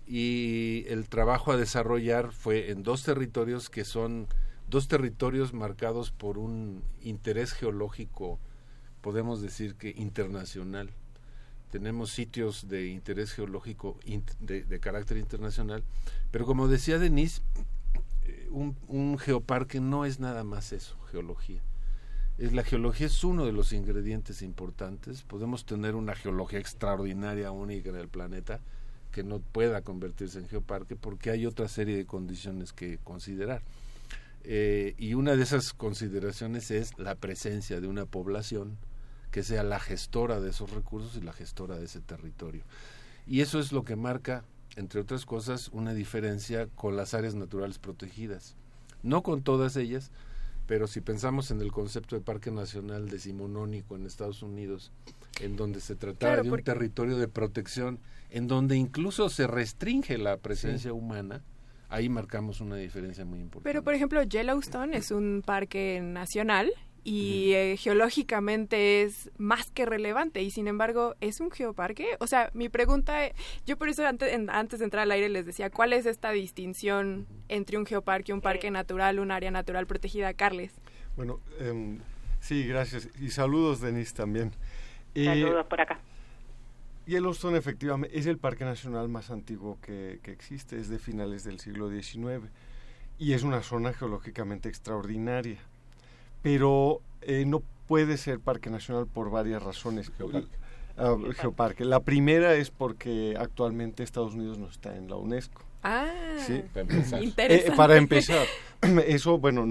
y el trabajo a desarrollar fue en 2 territorios que son 2 territorios marcados por un interés geológico, podemos decir que internacional. Tenemos sitios de interés geológico de carácter internacional, pero como decía Denise, un geoparque no es nada más eso, geología. La geología es uno de los ingredientes importantes. Podemos tener una geología extraordinaria, única en el planeta, que no pueda convertirse en geoparque porque hay otra serie de condiciones que considerar. Y una de esas consideraciones es la presencia de una población que sea la gestora de esos recursos y la gestora de ese territorio. Y eso es lo que marca, entre otras cosas, una diferencia con las áreas naturales protegidas. No con todas ellas, pero si pensamos en el concepto de Parque Nacional Decimonónico en Estados Unidos, en donde se trataba de un territorio de protección, en donde incluso se restringe la presencia humana, ahí marcamos una diferencia muy importante. Pero, por ejemplo, Yellowstone es un parque nacional y geológicamente es más que relevante y sin embargo es un geoparque. O sea, mi pregunta, yo por eso antes de entrar al aire les decía, ¿cuál es esta distinción entre un geoparque, un parque natural, un área natural protegida? Carles. Bueno, sí, gracias. Y saludos, Denise, también. Saludos por acá. Yellowstone efectivamente es el parque nacional más antiguo que existe, es de finales del siglo XIX y es una zona geológicamente extraordinaria. Pero no puede ser parque nacional por varias razones. Geoparque. La primera es porque actualmente Estados Unidos no está en la UNESCO. ¿Sí? Interesante. Para empezar, eso, bueno,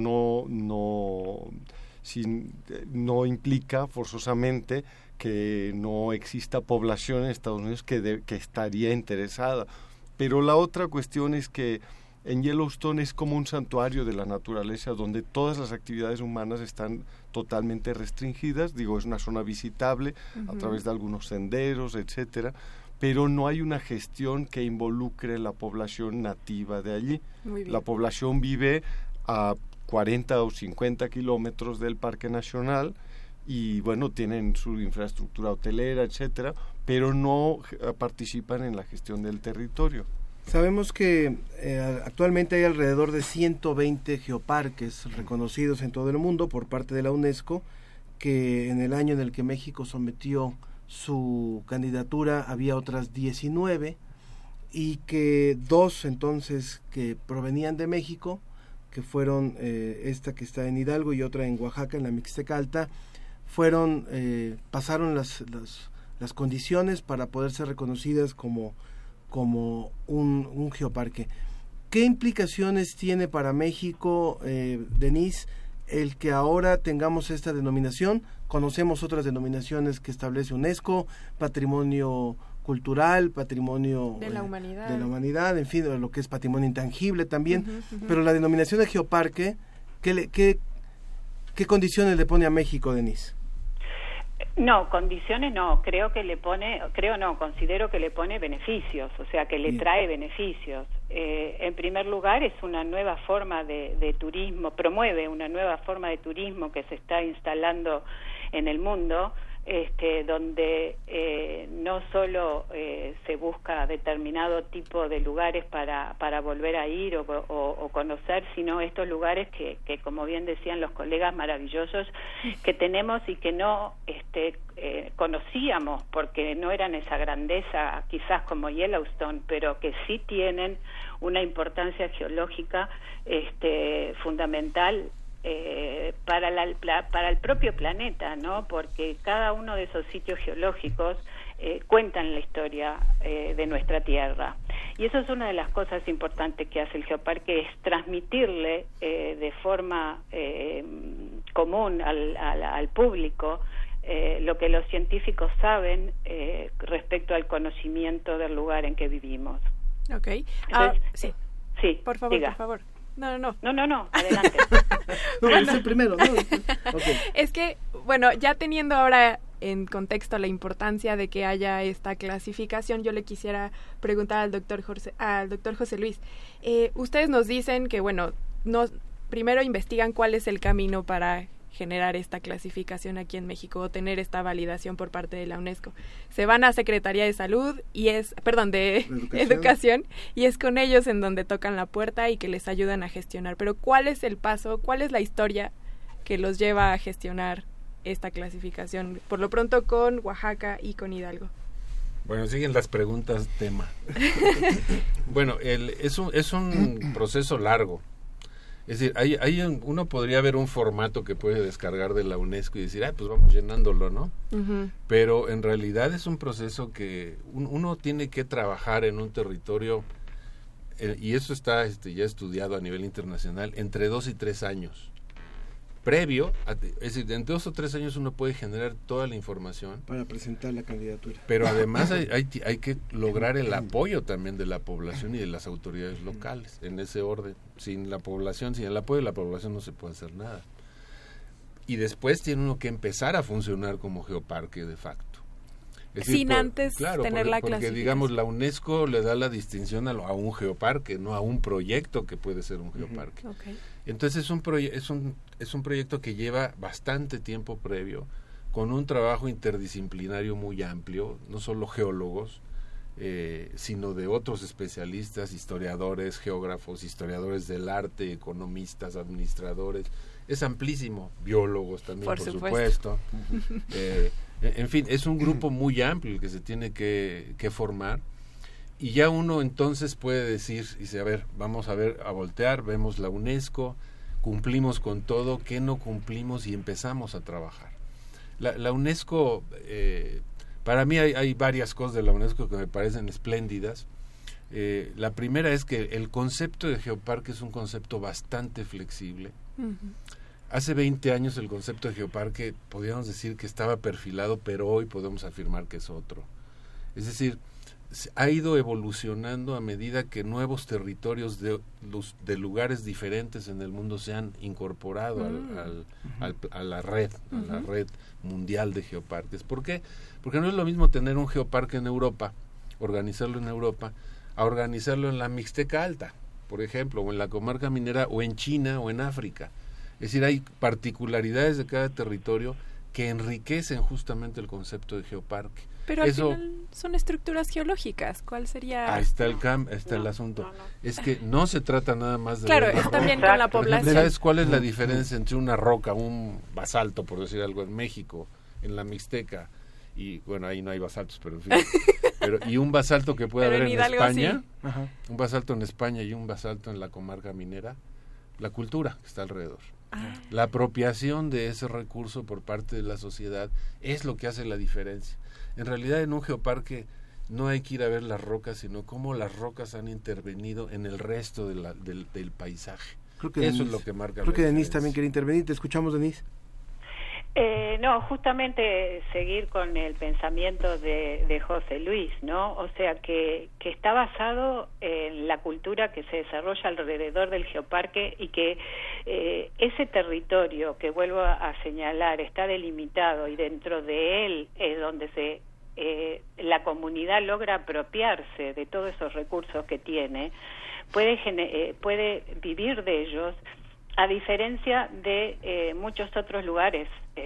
no implica forzosamente que no exista población en Estados Unidos que estaría interesada. Pero la otra cuestión es que en Yellowstone es como un santuario de la naturaleza donde todas las actividades humanas están totalmente restringidas. Digo, es una zona visitable a través de algunos senderos, etcétera, pero no hay una gestión que involucre la población nativa de allí. La población vive a 40 o 50 kilómetros del Parque Nacional y, bueno, tienen su infraestructura hotelera, etcétera, pero no participan en la gestión del territorio. Sabemos que actualmente hay alrededor de 120 geoparques reconocidos en todo el mundo por parte de la UNESCO, que en el año en el que México sometió su candidatura había otras 19 y que 2 entonces que provenían de México, que fueron esta que está en Hidalgo y otra en Oaxaca, en la Mixteca Alta, pasaron las condiciones para poder ser reconocidas como un geoparque. ¿Qué implicaciones tiene para México, Denise, el que ahora tengamos esta denominación? Conocemos otras denominaciones que establece UNESCO, patrimonio cultural, patrimonio de la humanidad, en fin, lo que es patrimonio intangible también, pero la denominación de geoparque, ¿qué condiciones le pone a México, Denise? No, condiciones no, considero que le pone beneficios, o sea, que le trae beneficios. En primer lugar, es una nueva forma de turismo, promueve una nueva forma de turismo que se está instalando en el mundo, donde no solo se busca determinado tipo de lugares para volver a ir o conocer, sino estos lugares que como bien decían los colegas, maravillosos que tenemos y que no conocíamos porque no eran esa grandeza quizás como Yellowstone, pero que sí tienen una importancia geológica fundamental para el propio planeta, ¿no? Porque cada uno de esos sitios geológicos cuentan la historia de nuestra Tierra. Y eso es una de las cosas importantes que hace el geoparque, es transmitirle de forma común al público lo que los científicos saben respecto al conocimiento del lugar en que vivimos. Okay. Entonces, sí, por favor, diga. por favor. No, adelante. Es el primero, ¿no? Okay. Es que, bueno, ya teniendo ahora en contexto la importancia de que haya esta clasificación, yo le quisiera preguntar al doctor José Luis. Ustedes nos dicen que, bueno, primero investigan cuál es el camino para generar esta clasificación aquí en México o tener esta validación por parte de la UNESCO. Se van a Secretaría de Salud de Educación y es con ellos en donde tocan la puerta y que les ayudan a gestionar. Pero ¿cuál es el paso, cuál es la historia que los lleva a gestionar esta clasificación? Por lo pronto con Oaxaca y con Hidalgo. Bueno, siguen las preguntas tema. Bueno, es un proceso largo. Es decir, uno podría ver un formato que puede descargar de la UNESCO y decir, pues vamos llenándolo, ¿no? Uh-huh. Pero en realidad es un proceso que uno tiene que trabajar en un territorio, y eso está ya estudiado a nivel internacional, entre 2 y 3 años. Previo, es decir, en 2 o 3 años uno puede generar toda la información para presentar la candidatura. Pero además hay que lograr el apoyo también de la población y de las autoridades locales, en ese orden. Sin el apoyo de la población no se puede hacer nada. Y después tiene uno que empezar a funcionar como geoparque de facto. Es decir, sin antes tener la clasificación. Porque digamos, la UNESCO le da la distinción a un geoparque, no a un proyecto que puede ser un geoparque. Uh-huh. Okay. Entonces es un proyecto que lleva bastante tiempo previo, con un trabajo interdisciplinario muy amplio, no solo geólogos, sino de otros especialistas, historiadores, geógrafos, historiadores del arte, economistas, administradores. Es amplísimo, biólogos también, por supuesto. En fin, es un grupo muy amplio el que se tiene que formar, y ya uno entonces puede decir, dice, a ver, vamos a voltear, vemos la UNESCO, cumplimos con todo, ¿qué no cumplimos? Y empezamos a trabajar. La UNESCO, para mí hay varias cosas de la UNESCO que me parecen espléndidas. La primera es que el concepto de geoparque es un concepto bastante flexible. Uh-huh. Hace 20 años el concepto de geoparque podríamos decir que estaba perfilado, pero hoy podemos afirmar que es otro. Es decir, ha ido evolucionando a medida que nuevos territorios de lugares diferentes en el mundo se han incorporado a la red mundial de geoparques. ¿Por qué? Porque no es lo mismo tener un geoparque en Europa, organizarlo en Europa, a organizarlo en la Mixteca Alta, por ejemplo, o en la comarca minera, o en China, o en África. Es decir, hay particularidades de cada territorio que enriquecen justamente el concepto de geoparque. Pero al final son estructuras geológicas. ¿Cuál sería? Ahí está el asunto. No. Es que no se trata nada más de... Claro, es también con la población. ¿Sabes cuál es la diferencia entre una roca, un basalto, por decir algo, en México, en la Mixteca, y bueno, ahí no hay basaltos, pero en fin, y un basalto que puede haber en España, sí. Un basalto en España y un basalto en la comarca minera? La cultura que está alrededor. La apropiación de ese recurso por parte de la sociedad es lo que hace la diferencia. En realidad, en un geoparque no hay que ir a ver las rocas, sino cómo las rocas han intervenido en el resto del paisaje. Creo que eso Denise, es lo que marca. Creo que Denise también quiere intervenir. Te escuchamos, Denise. No, justamente seguir con el pensamiento de José Luis, ¿no? O sea, que está basado en la cultura que se desarrolla alrededor del geoparque y que ese territorio, que vuelvo a señalar, está delimitado y dentro de él es donde la comunidad logra apropiarse de todos esos recursos que tiene, puede vivir de ellos, a diferencia de muchos otros lugares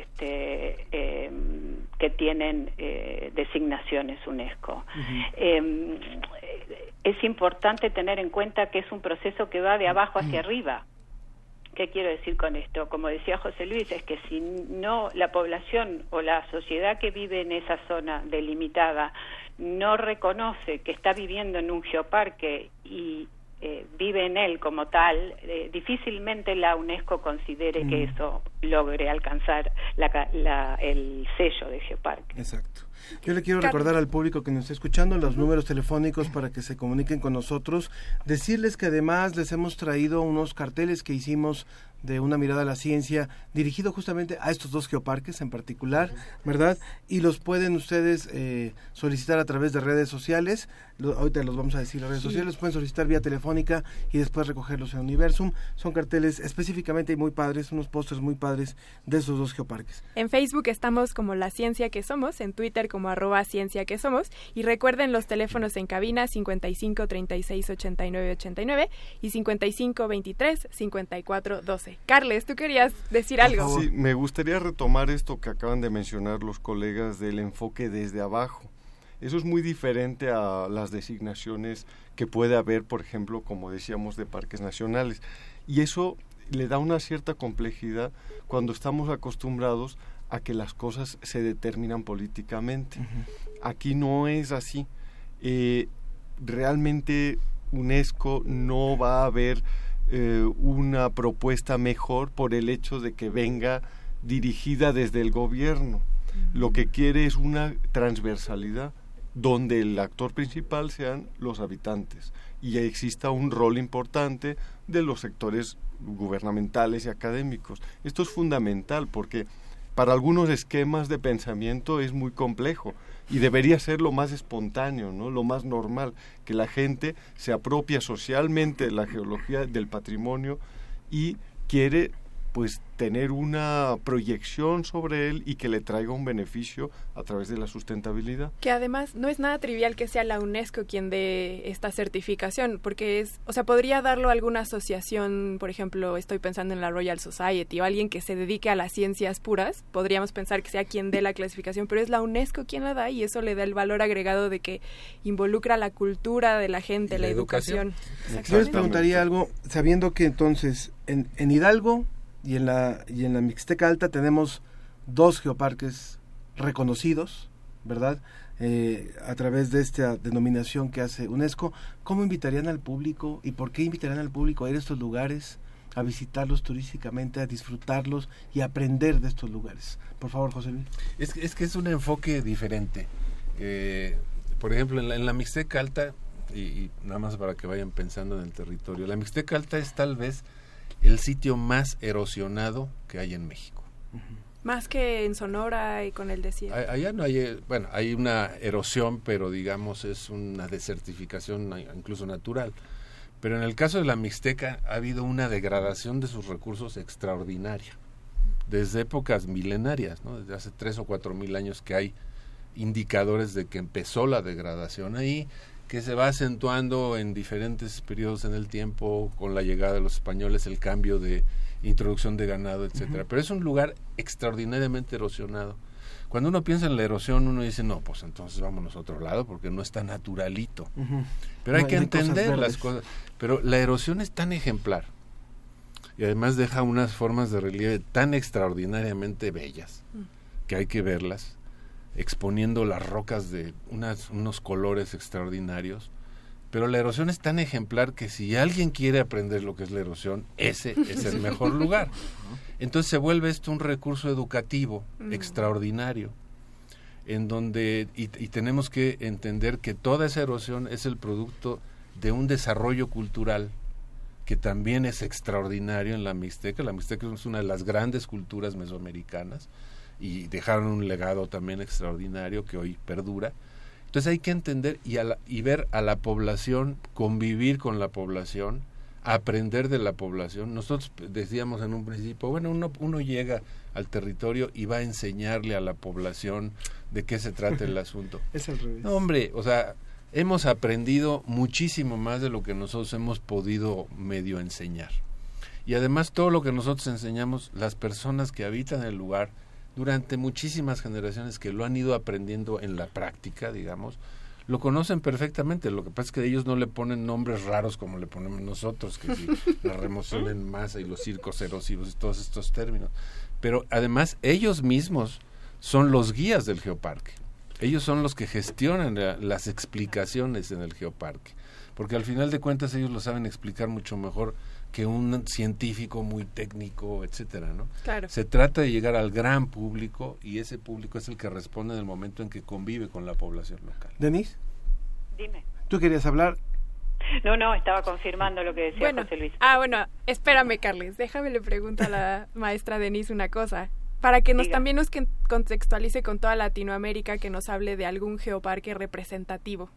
que tienen designaciones UNESCO. Uh-huh. Es importante tener en cuenta que es un proceso que va de abajo hacia arriba. ¿Qué quiero decir con esto? Como decía José Luis, es que si no la población o la sociedad que vive en esa zona delimitada no reconoce que está viviendo en un geoparque y vive en él como tal, difícilmente la UNESCO considere que eso logre alcanzar el sello de geoparque. Exacto. Yo le quiero recordar al público que nos está escuchando los números telefónicos para que se comuniquen con nosotros, decirles que además les hemos traído unos carteles que hicimos de Una mirada a la ciencia, dirigido justamente a estos dos geoparques en particular, ¿verdad? Y los pueden ustedes solicitar a través de redes sociales, ahorita los vamos a decir las redes sociales, los pueden solicitar vía telefónica y después recogerlos en Universum. Son carteles específicamente y muy padres, unos pósters muy padres padres de esos dos geoparques. En Facebook estamos como La Ciencia que Somos, en Twitter como @Ciencia que Somos, y recuerden los teléfonos en cabina 55 36 89 89 y 55 23 54 12. Carles, ¿tú querías decir algo? Sí, me gustaría retomar esto que acaban de mencionar los colegas del enfoque desde abajo. Eso es muy diferente a las designaciones que puede haber, por ejemplo, como decíamos, de parques nacionales. Y eso le da una cierta complejidad cuando estamos acostumbrados a que las cosas se determinan políticamente. Aquí no es así. Realmente UNESCO no va a ver una propuesta mejor por el hecho de que venga dirigida desde el gobierno. Lo que quiere es una transversalidad donde el actor principal sean los habitantes y exista un rol importante de los sectores gubernamentales y académicos. Esto es fundamental porque para algunos esquemas de pensamiento es muy complejo y debería ser lo más espontáneo, ¿no? Lo más normal, que la gente se apropia socialmente de la geología, del patrimonio y quiere pues tener una proyección sobre él y que le traiga un beneficio a través de la sustentabilidad. Que además no es nada trivial que sea la UNESCO quien dé esta certificación, porque es, o sea, podría darlo a alguna asociación, por ejemplo, estoy pensando en la Royal Society o alguien que se dedique a las ciencias puras, podríamos pensar que sea quien dé la clasificación, pero es la UNESCO quien la da y eso le da el valor agregado de que involucra la cultura de la gente, la educación. Yo les preguntaría algo, sabiendo que entonces en Hidalgo y en la Mixteca Alta tenemos dos geoparques reconocidos, ¿verdad? A través de esta denominación que hace UNESCO. ¿Cómo invitarían al público y por qué invitarían al público a ir a estos lugares, a visitarlos turísticamente, a disfrutarlos y a aprender de estos lugares? Por favor, José Luis. Es que es un enfoque diferente. Por ejemplo, en la Mixteca Alta, y nada más para que vayan pensando en el territorio, la Mixteca Alta es tal vez el sitio más erosionado que hay en México. Más que en Sonora y con el desierto. Allá no hay, bueno, hay una erosión, pero digamos es una desertificación incluso natural. Pero en el caso de la Mixteca ha habido una degradación de sus recursos extraordinaria, desde épocas milenarias, ¿no? Desde hace 3 o 4 mil años que hay indicadores de que empezó la degradación ahí, que se va acentuando en diferentes periodos en el tiempo, con la llegada de los españoles, el cambio de introducción de ganado, etcétera. Pero es un lugar extraordinariamente erosionado. Cuando uno piensa en la erosión, uno dice, no, pues entonces vámonos a otro lado, porque no está naturalito. Pero hay que entender las cosas. Pero la erosión es tan ejemplar, y además deja unas formas de relieve tan extraordinariamente bellas, que hay que verlas, exponiendo las rocas de unos colores extraordinarios, pero la erosión es tan ejemplar que si alguien quiere aprender lo que es la erosión, ese es el mejor lugar. Entonces se vuelve esto un recurso educativo extraordinario, en donde y tenemos que entender que toda esa erosión es el producto de un desarrollo cultural que también es extraordinario en la Mixteca. La Mixteca es una de las grandes culturas mesoamericanas, y dejaron un legado también extraordinario que hoy perdura. Entonces hay que entender y ver a la población, convivir con la población, aprender de la población. Nosotros decíamos en un principio, bueno, uno llega al territorio y va a enseñarle a la población de qué se trata el asunto. Es al revés. No, hombre, o sea, hemos aprendido muchísimo más de lo que nosotros hemos podido medio enseñar. Y además todo lo que nosotros enseñamos, las personas que habitan el lugar, durante muchísimas generaciones que lo han ido aprendiendo en la práctica, digamos, lo conocen perfectamente. Lo que pasa es que ellos no le ponen nombres raros como le ponemos nosotros, que si la remoción en masa y los circos erosivos y todos estos términos. Pero además ellos mismos son los guías del geoparque. Ellos son los que gestionan las explicaciones en el geoparque, porque al final de cuentas ellos lo saben explicar mucho mejor que un científico muy técnico, etcétera, ¿no? Claro. Se trata de llegar al gran público y ese público es el que responde en el momento en que convive con la población local. ¿Denise? Dime. ¿Tú querías hablar? No, estaba confirmando lo que decía José Luis. Bueno, espérame, Carles, déjame le pregunto a la maestra Denise una cosa, para que también nos contextualice con toda Latinoamérica, que nos hable de algún geoparque representativo.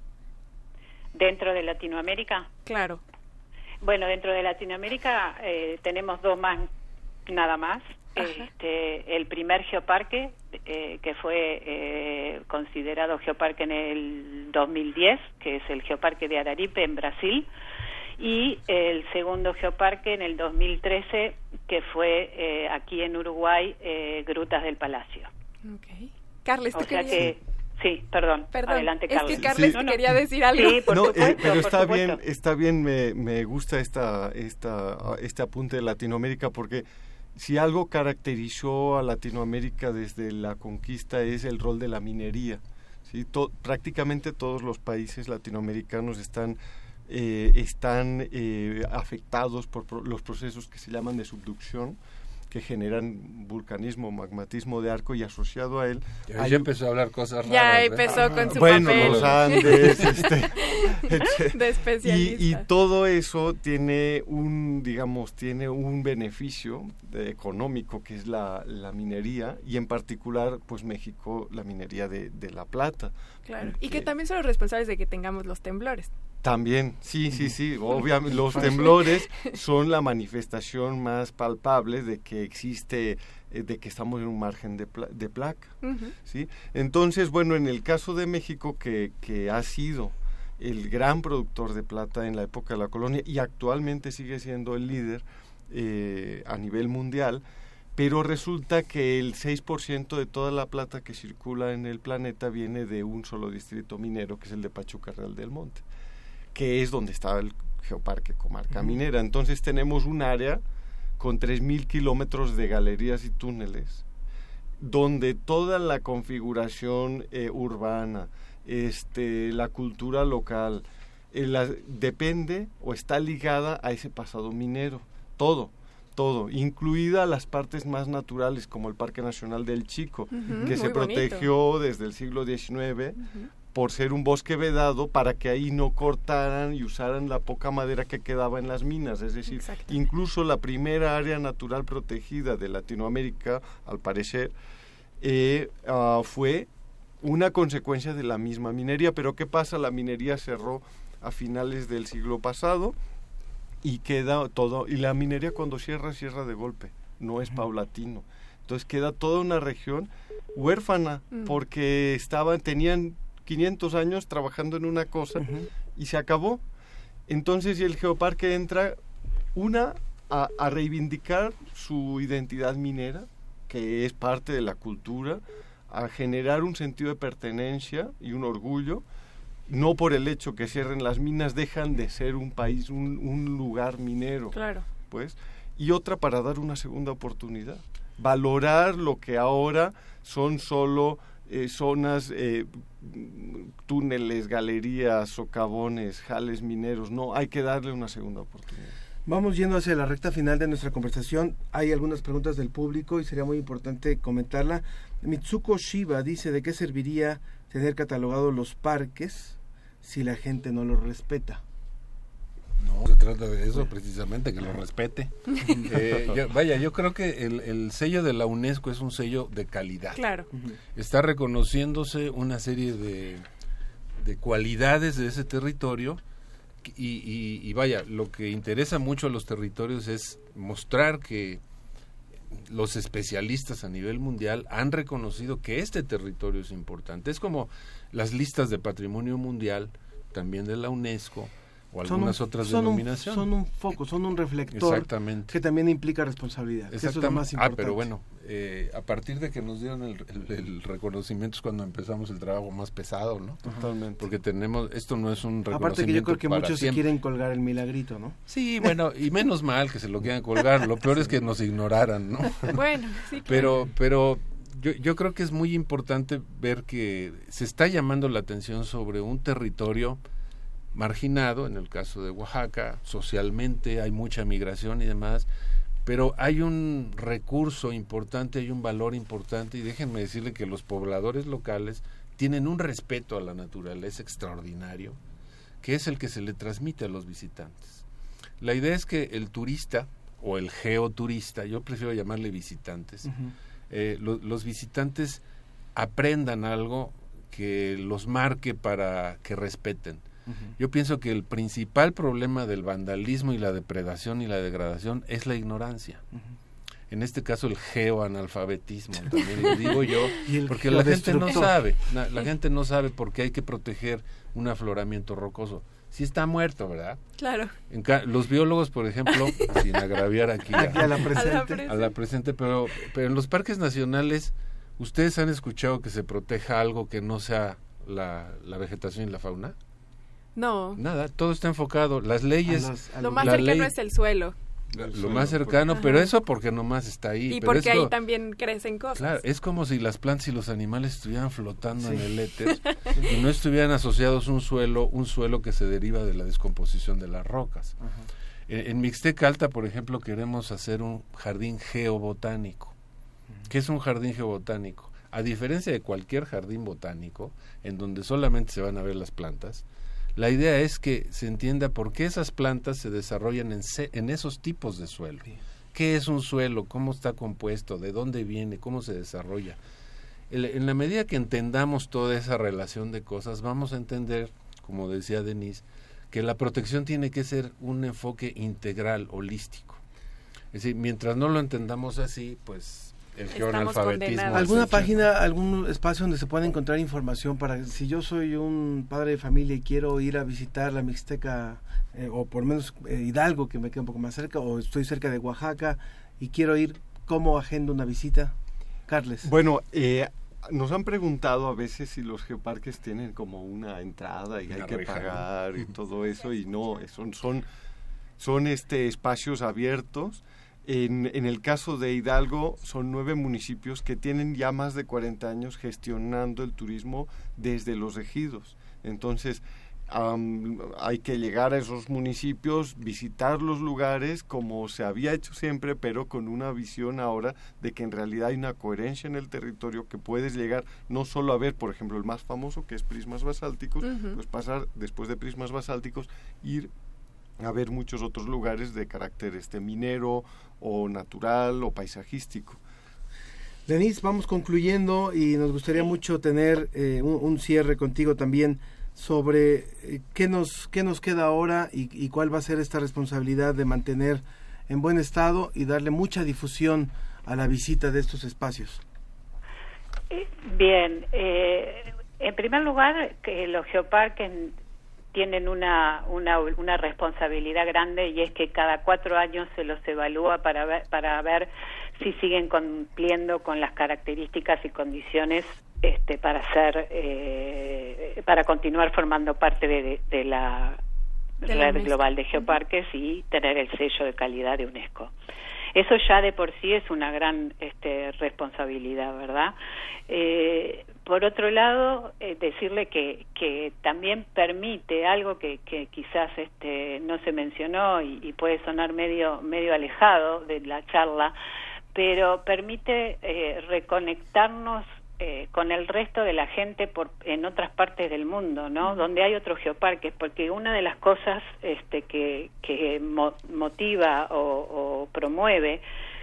¿Dentro de Latinoamérica? Claro. Bueno, dentro de Latinoamérica tenemos 2 más, nada más. el primer geoparque que fue considerado geoparque en el 2010, que es el geoparque de Araripe en Brasil, y el segundo geoparque en el 2013, que fue aquí en Uruguay, Grutas del Palacio. Okay. Carles, ¿tú querías? Sí, perdón. Adelante, Carles. Es que Carles quería decir algo. Sí, por supuesto, pero por está bien, me gusta este apunte de Latinoamérica, porque si algo caracterizó a Latinoamérica desde la conquista es el rol de la minería. ¿Sí? Prácticamente todos los países latinoamericanos están afectados por los procesos que se llaman de subducción, que generan vulcanismo, magmatismo de arco, y asociado a él... Ya empezó a hablar cosas raras. Ya empezó con su bueno, papel. los Andes, de especialista. Y todo eso tiene un beneficio económico, que es la minería, y en particular, pues México, la minería de la plata. Claro, y que también son los responsables de que tengamos los temblores. También, sí, obviamente los temblores son la manifestación más palpable de que existe, de que estamos en un margen de placa, ¿sí? Entonces, bueno, en el caso de México, que ha sido el gran productor de plata en la época de la colonia y actualmente sigue siendo el líder a nivel mundial, pero resulta que el 6% de toda la plata que circula en el planeta viene de un solo distrito minero, que es el de Pachuca Real del Monte, que es donde está el Geoparque Comarca Minera. Entonces tenemos un área con 3,000 kilómetros de galerías y túneles, donde toda la configuración urbana, la cultura local, depende o está ligada a ese pasado minero. Todo, incluida las partes más naturales, como el Parque Nacional del Chico, que se protegió desde el siglo XIX, por ser un bosque vedado, para que ahí no cortaran y usaran la poca madera que quedaba en las minas. Es decir, incluso la primera área natural protegida de Latinoamérica, al parecer, fue una consecuencia de la misma minería. Pero ¿qué pasa? La minería cerró a finales del siglo pasado y queda todo, y la minería cuando cierra de golpe, no es paulatino. Entonces queda toda una región huérfana, porque tenían 500 años trabajando en una cosa y se acabó. Entonces, el Geoparque entra a reivindicar su identidad minera, que es parte de la cultura, a generar un sentido de pertenencia y un orgullo. No por el hecho que cierren las minas dejan de ser un país, un lugar minero. Claro. Pues, y otra para dar una segunda oportunidad. Valorar lo que ahora son solo zonas, túneles, galerías, socavones, jales mineros. No, hay que darle una segunda oportunidad. Vamos yendo hacia la recta final de nuestra conversación. Hay algunas preguntas del público y sería muy importante comentarla. Mitsuko Shiba dice: ¿de qué serviría tener catalogados los parques si la gente no los respeta? No, se trata de eso precisamente, que lo respete. Yo creo que el sello de la UNESCO es un sello de calidad. Claro. Está reconociéndose una serie de cualidades de ese territorio y lo que interesa mucho a los territorios es mostrar que los especialistas a nivel mundial han reconocido que este territorio es importante. Es como las listas de patrimonio mundial, también de la UNESCO, o algunas otras denominaciones. Son un foco, son un reflector que también implica responsabilidad. Eso es lo más importante. Pero bueno, a partir de que nos dieron el reconocimiento es cuando empezamos el trabajo más pesado, ¿no? Totalmente. Porque esto no es un reconocimiento. Aparte que yo creo que muchos siempre. quieren colgar el milagrito, ¿no? Sí, bueno, y menos mal que se lo quieran colgar. Lo peor es que nos ignoraran, ¿no? Bueno, sí, claro. Pero yo creo que es muy importante ver que se está llamando la atención sobre un territorio marginado, en el caso de Oaxaca, socialmente hay mucha migración y demás, pero hay un recurso importante, hay un valor importante, y déjenme decirle que los pobladores locales tienen un respeto a la naturaleza extraordinario, que es el que se le transmite a los visitantes. La idea es que el turista, o el geoturista, yo prefiero llamarle visitantes, los visitantes aprendan algo que los marque para que respeten. Yo pienso que el principal problema del vandalismo y la depredación y la degradación es la ignorancia. en este caso el geoanalfabetismo, también le digo yo, porque la gente no sabe por qué hay que proteger un afloramiento rocoso. Sí está muerto, ¿verdad? Claro. Los biólogos, por ejemplo, sin agraviar aquí a la presente, pero en los parques nacionales, ¿ustedes han escuchado que se proteja algo que no sea la vegetación y la fauna? No. Nada, todo está enfocado. Las leyes... Lo más cercano es el suelo. Lo más cercano, pero eso porque nomás está ahí. Y pero porque ahí también crecen cosas. Claro, es como si las plantas y los animales estuvieran flotando en el éter y no estuvieran asociados a un suelo que se deriva de la descomposición de las rocas. En Mixteca Alta, por ejemplo, queremos hacer un jardín geobotánico. ¿Qué es un jardín geobotánico? A diferencia de cualquier jardín botánico, en donde solamente se van a ver las plantas, la idea es que se entienda por qué esas plantas se desarrollan en esos tipos de suelo. ¿Qué es un suelo? ¿Cómo está compuesto? ¿De dónde viene? ¿Cómo se desarrolla? En la medida que entendamos toda esa relación de cosas, vamos a entender, como decía Denise, que la protección tiene que ser un enfoque integral, holístico. Es decir, mientras no lo entendamos así, pues el geoanalfabetismo. ¿Alguna página, algún espacio donde se pueda encontrar información para si yo soy un padre de familia y quiero ir a visitar la Mixteca, o por lo menos Hidalgo, que me queda un poco más cerca, o estoy cerca de Oaxaca y quiero ir, ¿cómo agendo una visita? Carles. Bueno, nos han preguntado a veces si los geoparques tienen como una entrada y hay que pagar y todo eso, y no, son espacios abiertos. En el caso de Hidalgo, son 9 municipios que tienen ya más de 40 años gestionando el turismo desde los ejidos. Entonces, hay que llegar a esos municipios, visitar los lugares como se había hecho siempre, pero con una visión ahora de que en realidad hay una coherencia en el territorio, que puedes llegar no solo a ver, por ejemplo, el más famoso, que es Prismas Basálticos, pues pasar después de Prismas Basálticos, ir a ver muchos otros lugares de carácter minero o natural o paisajístico. Denise, vamos concluyendo y nos gustaría mucho tener un cierre contigo también sobre qué nos queda ahora y cuál va a ser esta responsabilidad de mantener en buen estado y darle mucha difusión a la visita de estos espacios. Bien, en primer lugar, que los geoparques tienen una responsabilidad grande, y es que cada 4 años se los evalúa para ver si siguen cumpliendo con las características y condiciones para continuar formando parte de la red global de geoparques y tener el sello de calidad de UNESCO. Eso ya de por sí es una gran responsabilidad, ¿verdad? Por otro lado, decirle que también permite algo que quizás no se mencionó y puede sonar medio alejado de la charla, pero permite reconectarnos con el resto de la gente en otras partes del mundo, ¿no? Donde hay otros geoparques, porque una de las cosas que motiva o promueve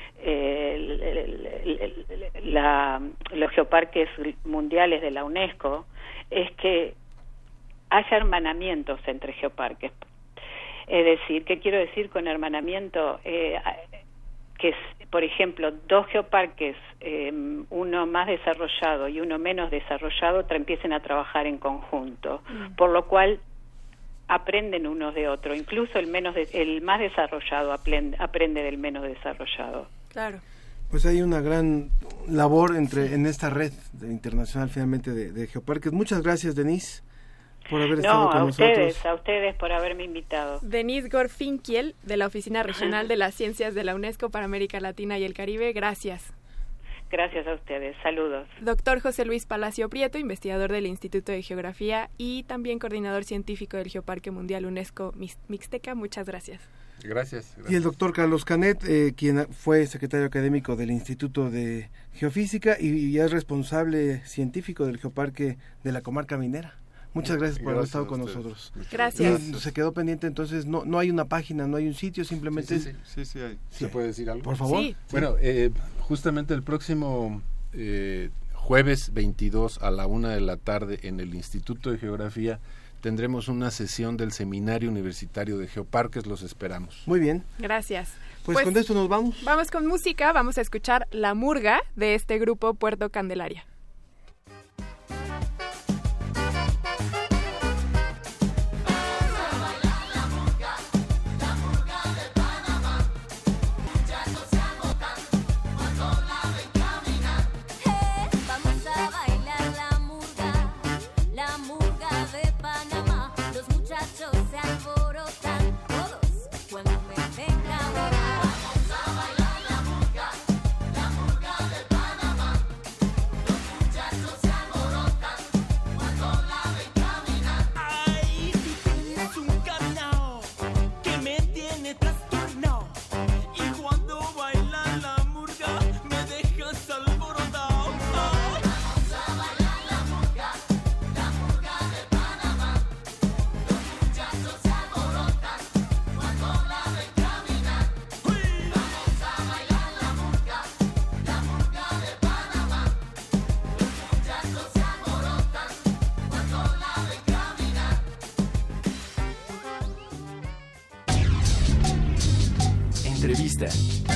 los geoparques mundiales de la UNESCO es que haya hermanamientos entre geoparques. Es decir, ¿qué quiero decir con hermanamiento? Que, por ejemplo, 2 geoparques, uno más desarrollado y uno menos desarrollado, empiecen a trabajar en conjunto, por lo cual aprenden unos de otros. Incluso el más desarrollado aprende del menos desarrollado. Claro. Pues hay una gran labor en esta red internacional finalmente de geoparques. Muchas gracias, Denise, por haber estado con nosotros. A ustedes por haberme invitado. Denise Gorfinkiel, de la Oficina Regional de las Ciencias de la UNESCO para América Latina y el Caribe, gracias. Gracias a ustedes, saludos. Doctor José Luis Palacio Prieto, investigador del Instituto de Geografía y también coordinador científico del Geoparque Mundial UNESCO Mixteca, muchas gracias. Gracias. Y el doctor Carlos Canet, quien fue secretario académico del Instituto de Geofísica y es responsable científico del Geoparque de la Comarca Minera. Muchas gracias por haber estado con nosotros. Gracias. Se quedó pendiente, entonces no hay una página, no hay un sitio, simplemente... Sí hay. ¿Se puede decir algo? Por favor. Sí. Bueno, justamente el próximo jueves 22 a la 1 de la tarde en el Instituto de Geografía tendremos una sesión del Seminario Universitario de Geoparques, los esperamos. Muy bien. Gracias. Pues con esto nos vamos. Vamos con música, vamos a escuchar La Murga de este grupo Puerto Candelaria. Entrevista.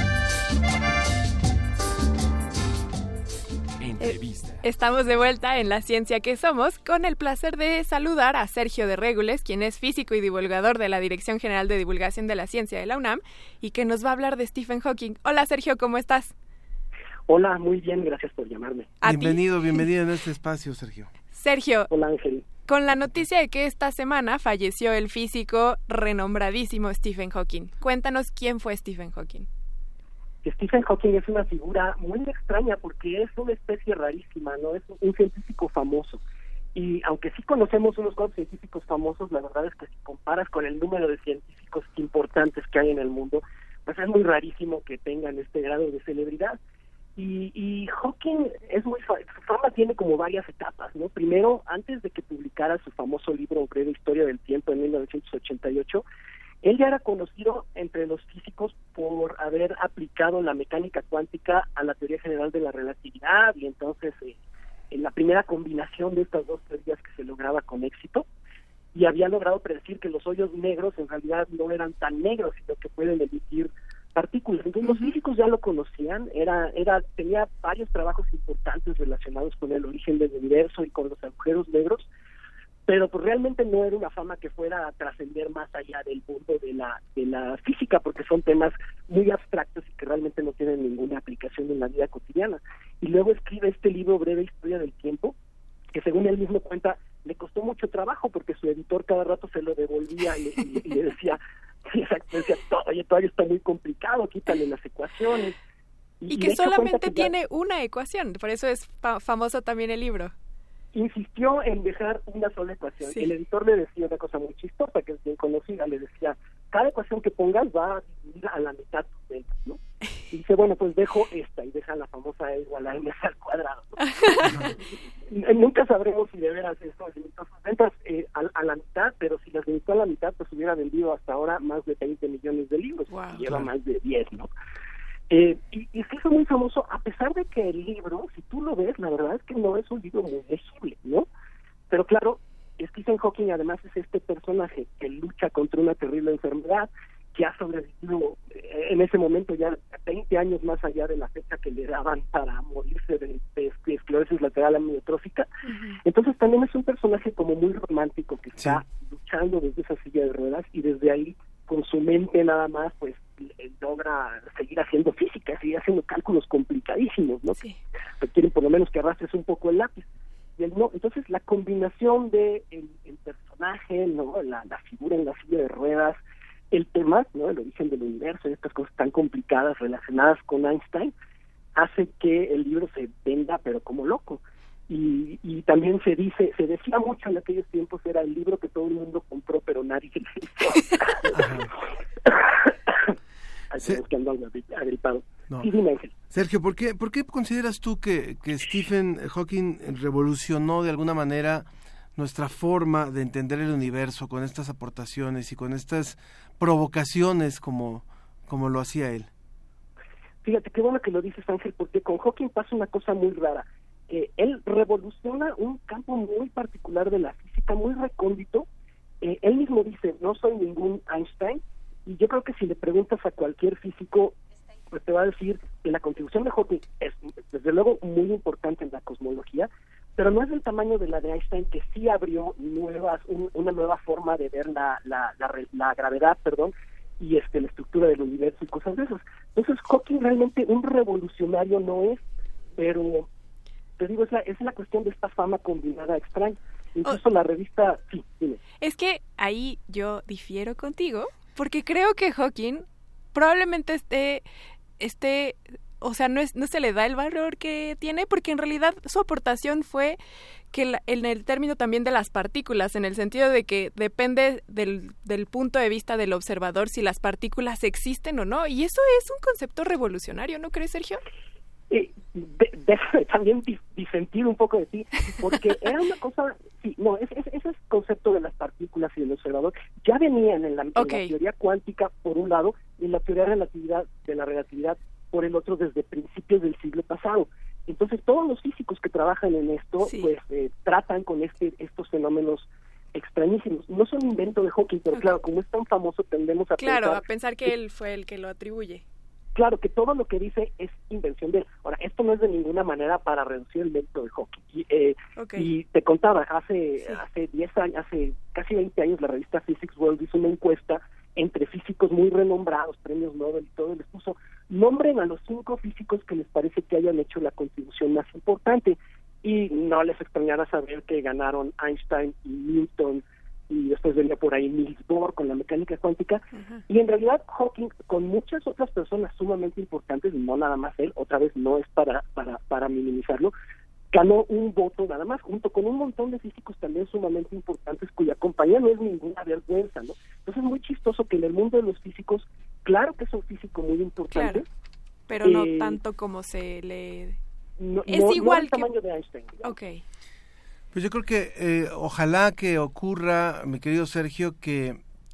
Estamos de vuelta en La Ciencia que Somos, con el placer de saludar a Sergio de Régules, quien es físico y divulgador de la Dirección General de Divulgación de la Ciencia de la UNAM y que nos va a hablar de Stephen Hawking. Hola Sergio, ¿cómo estás? Hola, muy bien, gracias por llamarme. Bienvenido en este espacio, Sergio. Sergio. Hola, Ángel. Con la noticia de que esta semana falleció el físico renombradísimo Stephen Hawking. Cuéntanos quién fue Stephen Hawking. Stephen Hawking es una figura muy extraña porque es una especie rarísima, ¿no? Es un científico famoso. Y aunque sí conocemos unos cuantos científicos famosos, la verdad es que si comparas con el número de científicos importantes que hay en el mundo, pues es muy rarísimo que tengan este grado de celebridad. Y Hawking su fama tiene como varias etapas, ¿no? Primero, antes de que publicara su famoso libro Breve Historia del Tiempo en 1988, él ya era conocido entre los físicos por haber aplicado la mecánica cuántica a la teoría general de la relatividad, y entonces en la primera combinación de estas dos teorías que se lograba con éxito, y había logrado predecir que los hoyos negros en realidad no eran tan negros, sino que pueden emitir partículas. Entonces los físicos ya lo conocían, tenía varios trabajos importantes relacionados con el origen del universo y con los agujeros negros, pero pues realmente no era una fama que fuera a trascender más allá del mundo de la física, porque son temas muy abstractos y que realmente no tienen ninguna aplicación en la vida cotidiana. Y luego escribe este libro Breve Historia del Tiempo, que según él mismo cuenta, le costó mucho trabajo porque su editor cada rato se lo devolvía y le decía, oye, todavía está muy complicado, quítale las ecuaciones. Y que solamente tiene una ecuación, por eso es famoso también el libro. Insistió en dejar una sola ecuación. Sí. El editor le decía una cosa muy chistosa, que es bien conocida, le decía, cada ecuación que pongas va a dividir a la mitad tus ventas, ¿no? Y dice, bueno, pues dejo esta, y deja la famosa E igual a M al cuadrado, ¿no? Nunca sabremos si de veras eso limitó sus ventas a la mitad, pero si las limitó a la mitad, pues hubiera vendido hasta ahora más de 20 millones de libros, y lleva más de 10, ¿no? Y se hizo muy famoso, a pesar de que el libro, si tú lo ves, la verdad es que no es un libro muy legible, ¿no? Pero claro, Stephen Hawking además es este personaje que lucha contra una terrible enfermedad, que ha sobrevivido en ese momento ya 20 años más allá de la fecha que le daban para morirse de esclerosis lateral amiotrófica. Entonces también es un personaje como muy romántico que está luchando desde esa silla de ruedas y desde ahí con su mente nada más pues logra seguir haciendo física, seguir haciendo cálculos complicadísimos, ¿no? Sí. Requieren por lo menos que arrastres un poco el lápiz. Y él no. Entonces la combinación de el personaje, ¿no? La figura en la silla de ruedas, el tema, ¿no? El origen del universo y estas cosas tan complicadas relacionadas con Einstein, hace que el libro se venda pero como loco. Y también se decía mucho en aquellos tiempos, era el libro que todo el mundo compró pero nadie le hizo. Que ando agripado. No. Sí, dime, Ángel. Sergio, ¿por qué consideras tú que Stephen Hawking revolucionó de alguna manera nuestra forma de entender el universo con estas aportaciones y con estas provocaciones como lo hacía él? Fíjate, qué bueno que lo dices, Ángel, porque con Hawking pasa una cosa muy rara. Él revoluciona un campo muy particular de la física, muy recóndito, él mismo dice, no soy ningún Einstein, y yo creo que si le preguntas a cualquier físico, pues te va a decir que la contribución de Hawking es, desde luego, muy importante en la cosmología, pero no es del tamaño de la de Einstein, que sí abrió una nueva forma de ver la gravedad, y la estructura del universo y cosas de esas. Entonces Hawking realmente un revolucionario no es, pero te digo, es la cuestión de esta fama combinada extraña. Incluso la revista, sí, dime. Es que ahí yo difiero contigo, porque creo que Hawking probablemente esté, o sea, no se le da el valor que tiene, porque en realidad su aportación fue que en el término también de las partículas, en el sentido de que depende del punto de vista del observador si las partículas existen o no, y eso es un concepto revolucionario, ¿no crees, Sergio? Déjame también disentir un poco de ti, porque era una cosa, ese concepto de las partículas y del observador ya venían en la teoría cuántica por un lado y en la teoría de la relatividad por el otro desde principios del siglo pasado. Entonces todos los físicos que trabajan en esto tratan con estos fenómenos extrañísimos. No son invento de Hawking, pero claro, como es tan famoso tendemos a pensar que él fue el que lo atribuye. Claro, que todo lo que dice es invención de él. Ahora, esto no es de ninguna manera para reducir el mérito de Hawking. Y te contaba, hace 10 años, hace casi 20 años, la revista Physics World hizo una encuesta entre físicos muy renombrados, premios Nobel y todo, les puso, nombren a los 5 físicos que les parece que hayan hecho la contribución más importante. Y no les extrañará saber que ganaron Einstein y Newton, y después venía por ahí Niels Bohr con la mecánica cuántica, y en realidad Hawking, con muchas otras personas sumamente importantes, no nada más él, otra vez no es para minimizarlo, ganó un voto nada más, junto con un montón de físicos también sumamente importantes, cuya compañía no es ninguna vergüenza, ¿no? Entonces es muy chistoso que en el mundo de los físicos, claro que es un físico muy importante, pero no tanto como se le... es igual el tamaño de Einstein, digamos. Okay. Pues yo creo que ojalá que ocurra, mi querido Sergio, que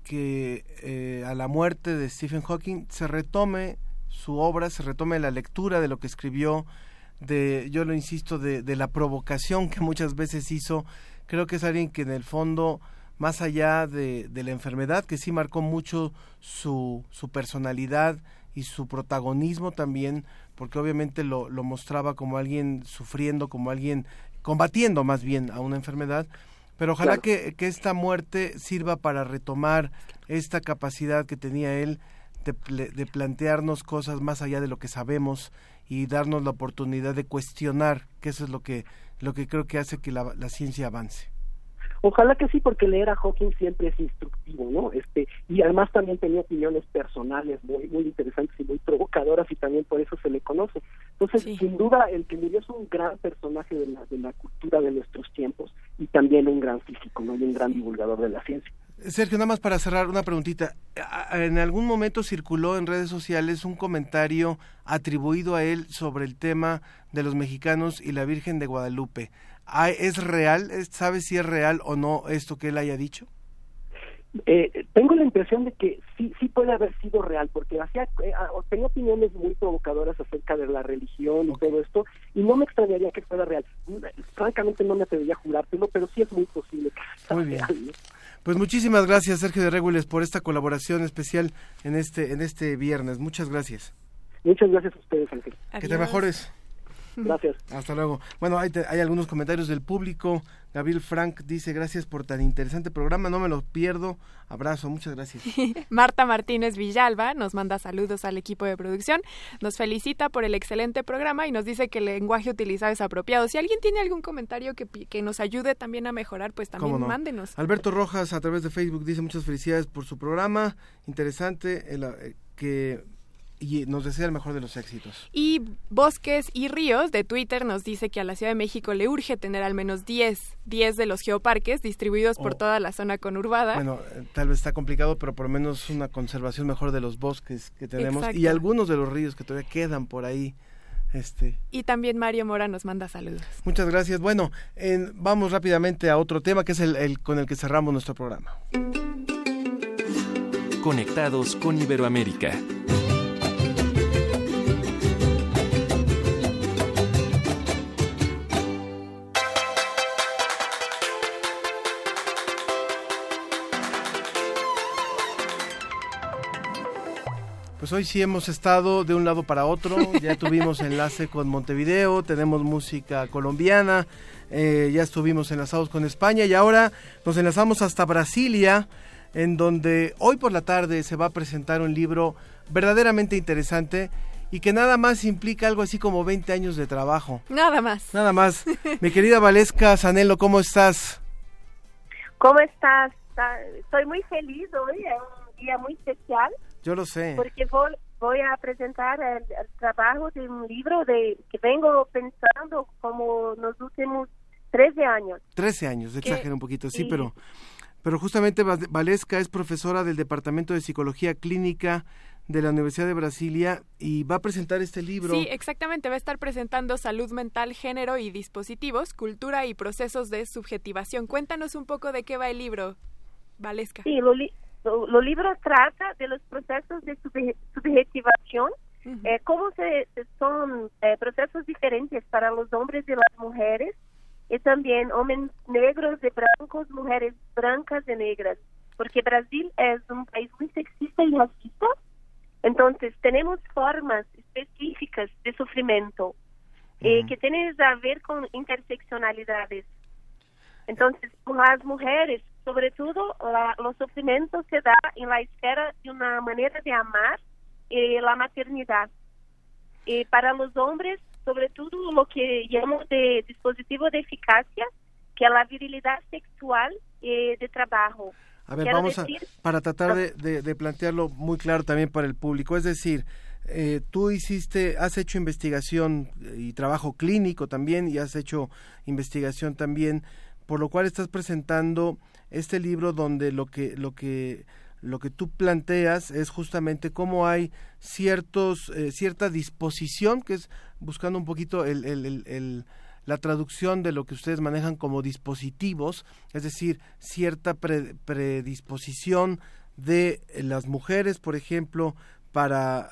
a la muerte de Stephen Hawking se retome su obra, se retome la lectura de lo que escribió, yo lo insisto, de la provocación que muchas veces hizo. Creo que es alguien que en el fondo, más allá de la enfermedad, que sí marcó mucho su personalidad y su protagonismo también, porque obviamente lo mostraba como alguien sufriendo, como alguien combatiendo más bien a una enfermedad, pero ojalá que esta muerte sirva para retomar esta capacidad que tenía él de plantearnos cosas más allá de lo que sabemos y darnos la oportunidad de cuestionar, que eso es lo que creo que hace que la ciencia avance. Ojalá que sí, porque leer a Hawking siempre es instructivo, ¿no? Y además también tenía opiniones personales muy muy interesantes y muy provocadoras, y también por eso se le conoce. Entonces, sin duda, el que murió es un gran personaje de la cultura de nuestros tiempos, y también un gran físico, ¿no? Y un gran divulgador de la ciencia. Sergio, nada más para cerrar, una preguntita. En algún momento circuló en redes sociales un comentario atribuido a él sobre el tema de los mexicanos y la Virgen de Guadalupe. ¿Es real? ¿Sabes si es real o no esto que él haya dicho? Tengo la impresión de que sí puede haber sido real, porque tenía opiniones muy provocadoras acerca de la religión y todo esto, y no me extrañaría que fuera real. Francamente no me atrevería a jurártelo, pero sí es muy posible que sea muy bien. Real, ¿no? Pues muchísimas gracias, Sergio de Réguiles, por esta colaboración especial en este viernes. Muchas gracias. Muchas gracias a ustedes, Ángel. Que te mejores. Gracias. Hasta luego. Bueno, hay algunos comentarios del público. Gabriel Frank dice, gracias por tan interesante programa, no me lo pierdo. Abrazo, muchas gracias. Marta Martínez Villalba nos manda saludos al equipo de producción, nos felicita por el excelente programa y nos dice que el lenguaje utilizado es apropiado. Si alguien tiene algún comentario que nos ayude también a mejorar, pues también mándenos. Alberto Rojas, a través de Facebook, dice muchas felicidades por su programa, interesante, y nos desea el mejor de los éxitos. Y Bosques y Ríos de Twitter nos dice que a la Ciudad de México le urge tener al menos 10 de los geoparques distribuidos por toda la zona conurbada. Bueno, tal vez está complicado, pero por lo menos una conservación mejor de los bosques que tenemos. Exacto. Y algunos de los ríos que todavía quedan por ahí. Y también Mario Mora nos manda saludos. Muchas gracias. Bueno, vamos rápidamente a otro tema que es el con el que cerramos nuestro programa. Conectados con Iberoamérica. Pues hoy sí hemos estado de un lado para otro, ya tuvimos enlace con Montevideo, tenemos música colombiana, ya estuvimos enlazados con España y ahora nos enlazamos hasta Brasilia, en donde hoy por la tarde se va a presentar un libro verdaderamente interesante y que nada más implica algo así como 20 años de trabajo. Nada más. Nada más. Mi querida Valesca Zanello, ¿cómo estás? ¿Cómo estás? Estoy muy feliz hoy, es un día muy especial. Yo lo sé. Porque voy a presentar el trabajo de un libro que vengo pensando como los últimos 13 años. 13 años, exagero un poquito, sí, pero justamente Valesca es profesora del Departamento de Psicología Clínica de la Universidad de Brasilia y va a presentar este libro. Sí, exactamente, va a estar presentando Salud Mental, Género y Dispositivos, Cultura y Procesos de Subjetivación. Cuéntanos un poco de qué va el libro, Valesca. Sí, lo libro trata de los procesos de subjetivación, cómo son procesos diferentes para los hombres y las mujeres, y también hombres negros y blancos, mujeres blancas y negras, porque Brasil es un país muy sexista y racista, entonces tenemos formas específicas de sufrimiento que tienen a ver con interseccionalidades. Entonces, con las mujeres, sobre todo, los sufrimientos se da en la esfera de una manera de amar la maternidad. Para los hombres, sobre todo lo que llamamos de dispositivo de eficacia, que es la virilidad sexual de trabajo. A ver, para tratar de plantearlo muy claro también para el público, es decir, tú has hecho investigación y trabajo clínico también, y has hecho investigación también, por lo cual estás presentando este libro donde lo que tú planteas es justamente cómo hay cierta disposición, que es buscando un poquito la traducción de lo que ustedes manejan como dispositivos, es decir, cierta predisposición de las mujeres, por ejemplo, para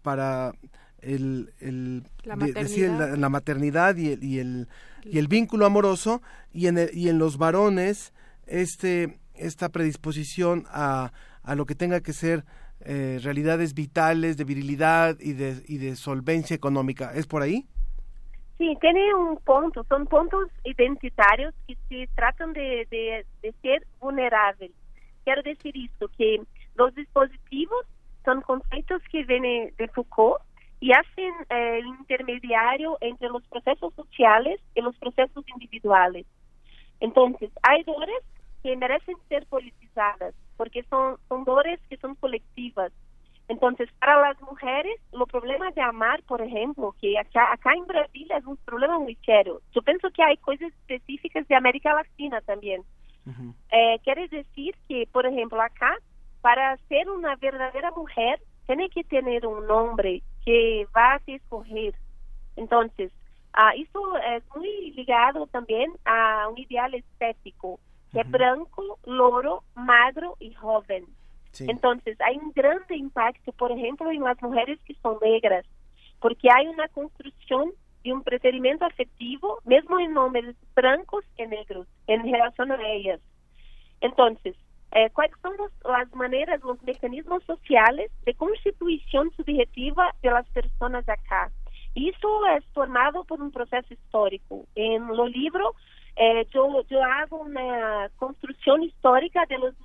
la maternidad y el vínculo amoroso, y en los varones esta predisposición a lo que tenga que ser realidades vitales de virilidad y de solvencia económica. ¿Es por ahí? Sí, tiene un punto, son puntos identitarios que se tratan de ser vulnerables. Quiero decir esto, que los dispositivos son conceptos que vienen de Foucault y hacen el intermediario entre los procesos sociales y los procesos individuales. Entonces, hay dores que merecen ser politizadas, porque son dores que son colectivas. Entonces, para las mujeres, el problema de amar, por ejemplo, que acá en Brasil es un problema muy serio. Yo pienso que hay cosas específicas de América Latina también. Quiere decir que, por ejemplo, acá, para ser una verdadera mujer, tiene que tener un hombre que va a escoger. Entonces, eso es muy ligado también a un ideal estético, que es blanco, louro, magro y joven. Sí. Entonces, hay un grande impacto, por ejemplo, en las mujeres que son negras, porque hay una construcción de un preferimiento afectivo, mismo en hombres blancos y negros, en relación a ellas. Entonces, ¿cuáles son las maneras, los mecanismos sociales de constitución subjetiva de las personas acá? Y eso es formado por un proceso histórico. En lo libro, yo hago una construcción histórica de los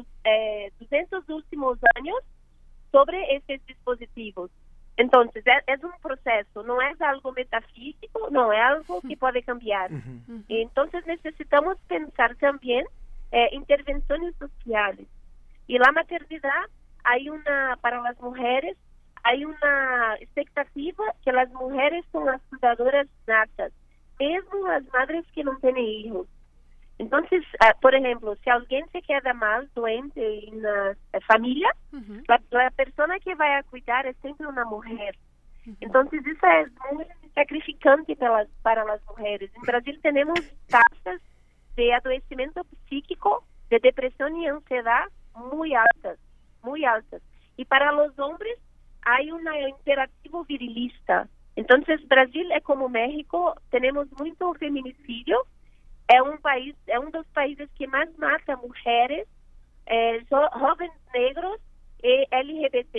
200 últimos años sobre estos dispositivos. Entonces, es un proceso, no es algo metafísico, no es algo que puede cambiar. Entonces, necesitamos pensar también intervenciones sociales. Y la maternidad, para las mujeres, hay una expectativa que las mujeres son las cuidadoras natas, mesmo las madres que no tienen hijos. Entonces, por ejemplo, si alguien se queda mal, doente en la familia, la persona que va a cuidar es siempre una mujer. Entonces, eso es muy sacrificante para las mujeres. En Brasil tenemos tasas de adoecimiento psíquico, de depresión y ansiedad muy altas, muy altas. Y para los hombres hay un imperativo virilista. Entonces, Brasil es como México, tenemos mucho feminicidio, es un dos países que más mata mujeres, jóvenes negros y LGBT.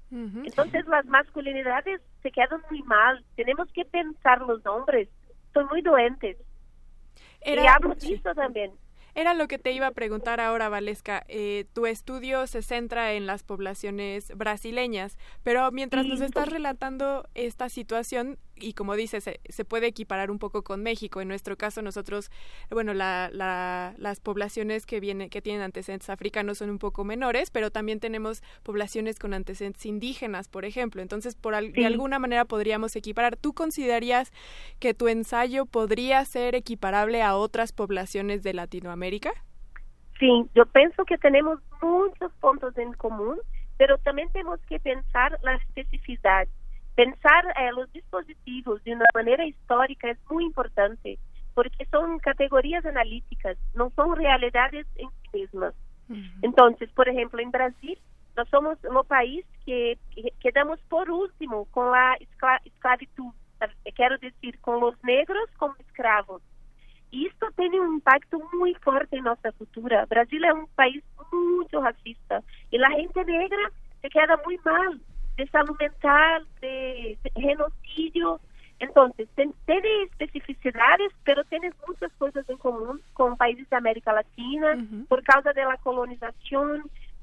Entonces las masculinidades se quedan muy mal. Tenemos que pensar los hombres. Son muy doentes. Y hablo de eso también. Era lo que te iba a preguntar ahora, Valesca. Tu estudio se centra en las poblaciones brasileñas, pero mientras nos estás relatando esta situación, y como dices, se puede equiparar un poco con México. En nuestro caso, nosotros, bueno, las poblaciones que tienen antecedentes africanos son un poco menores, pero también tenemos poblaciones con antecedentes indígenas, por ejemplo. Entonces, de alguna manera podríamos equiparar. ¿Tú considerarías que tu ensayo podría ser equiparable a otras poblaciones de Latinoamérica? Sí, yo pienso que tenemos muchos puntos en común, pero también tenemos que pensar la especificidad. Pensar los dispositivos de una manera histórica es muy importante, porque son categorías analíticas, no son realidades en sí mismas. Entonces, por ejemplo, en Brasil, nós somos un país que quedamos por último con la esclavitud, quiero decir, con los negros como esclavos. Y esto tiene un impacto muy fuerte en nuestra cultura. Brasil es un país mucho racista y la gente negra se queda muy mal de salud mental, de genocidio. Entonces, tiene especificidades, pero tiene muchas cosas en común con países de América Latina, por causa de la colonización,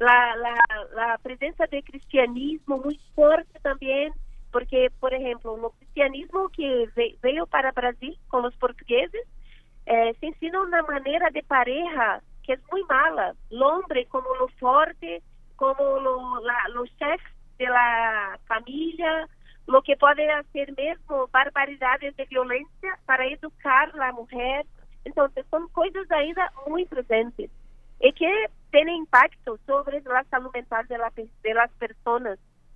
la presencia del cristianismo muy fuerte también, porque, por ejemplo, el cristianismo que veio para Brasil con los portugueses, se ensina una manera de pareja que es muy mala. El hombre como lo fuerte, como los chefs de la familia, lo que puede hacer mesmo barbaridades de violencia para educar a la mujer. Entonces, son cosas ainda muy presentes y que tienen impacto sobre la salud mental de las personas.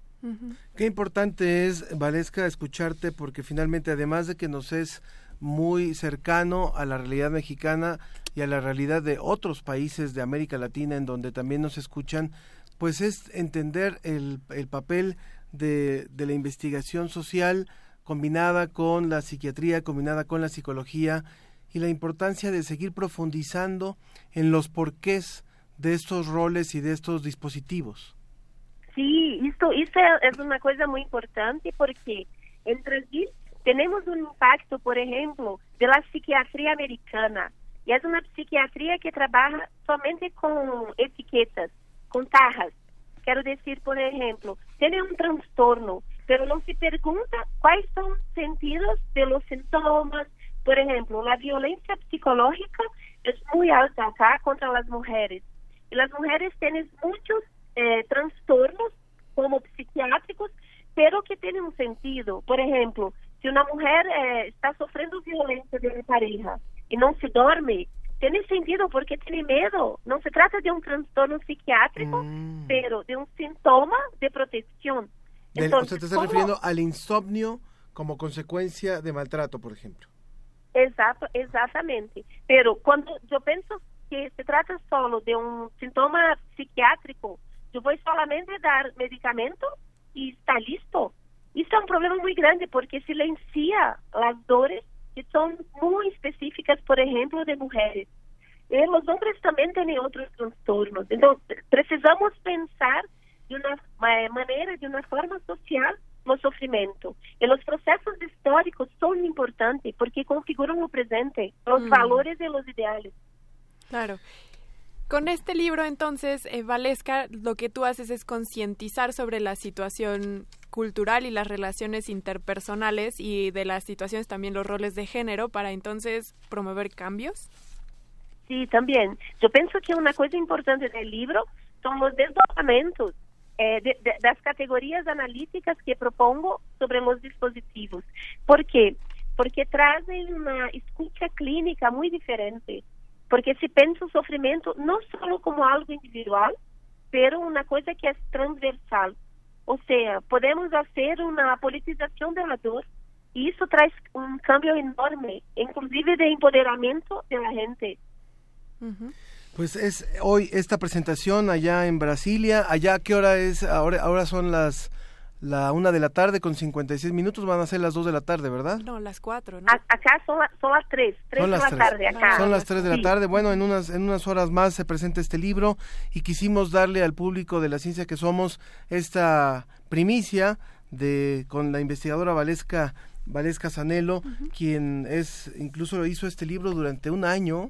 Qué importante es, Valesca, escucharte, porque finalmente, además de que nos es muy cercano a la realidad mexicana y a la realidad de otros países de América Latina en donde también nos escuchan, pues es entender el papel de la investigación social combinada con la psiquiatría, combinada con la psicología, y la importancia de seguir profundizando en los porqués de estos roles y de estos dispositivos. Sí, esto es una cosa muy importante, porque en Brasil tenemos un impacto, por ejemplo, de la psiquiatría americana, y es una psiquiatría que trabaja solamente con etiquetas, con tajas. Quiero decir, por ejemplo, tiene un trastorno, pero no se pregunta cuáles son los sentidos de los síntomas. Por ejemplo, la violencia psicológica es muy alta acá contra las mujeres, y las mujeres tienen muchos trastornos como psiquiátricos, pero que tienen un sentido. Por ejemplo, si una mujer está sufriendo violencia de la pareja y no se duerme, tiene sentido porque tiene miedo. No se trata de un trastorno psiquiátrico, pero de un síntoma de protección. Entonces, ¿usted te está refiriendo al insomnio como consecuencia de maltrato, por ejemplo? Exactamente. Pero cuando yo pienso que se trata solo de un síntoma psiquiátrico, yo voy solamente a dar medicamento y está listo. Esto es un problema muy grande porque silencia las dores que son muy específicas, por ejemplo, de mujeres. Los hombres también tienen otros trastornos. Entonces, precisamos pensar de una manera, de una forma social, el sufrimiento. Y los procesos históricos son importantes porque configuran el presente, los valores y los ideales. Claro. Con este libro, entonces, Valesca, lo que tú haces es concientizar sobre la situación cultural y las relaciones interpersonales y de las situaciones también los roles de género para entonces promover cambios. Sí, también. Yo pienso que una cosa importante del libro son los desdoblamientos de las categorías analíticas que propongo sobre los dispositivos. ¿Por qué? Porque traen una escucha clínica muy diferente. Porque se pensa o sofrimento não só como algo individual, pero uma coisa que é transversal. Ou seja, podemos fazer uma politização da dor e isso traz um cambio enorme, inclusive de empoderamento da gente. Pues es hoy esta presentación allá en Brasilia. Allá, ¿qué hora es? Ahora son las la 1:56 p.m, van a ser las 2 de la tarde, ¿verdad? No, las 4, ¿no? Acá son las 3 de la tarde. Acá. Son las 3 de la tarde. Bueno, en unas horas más se presenta este libro y quisimos darle al público de La Ciencia que Somos esta primicia con la investigadora Valesca Zanello, quien incluso hizo este libro durante un año.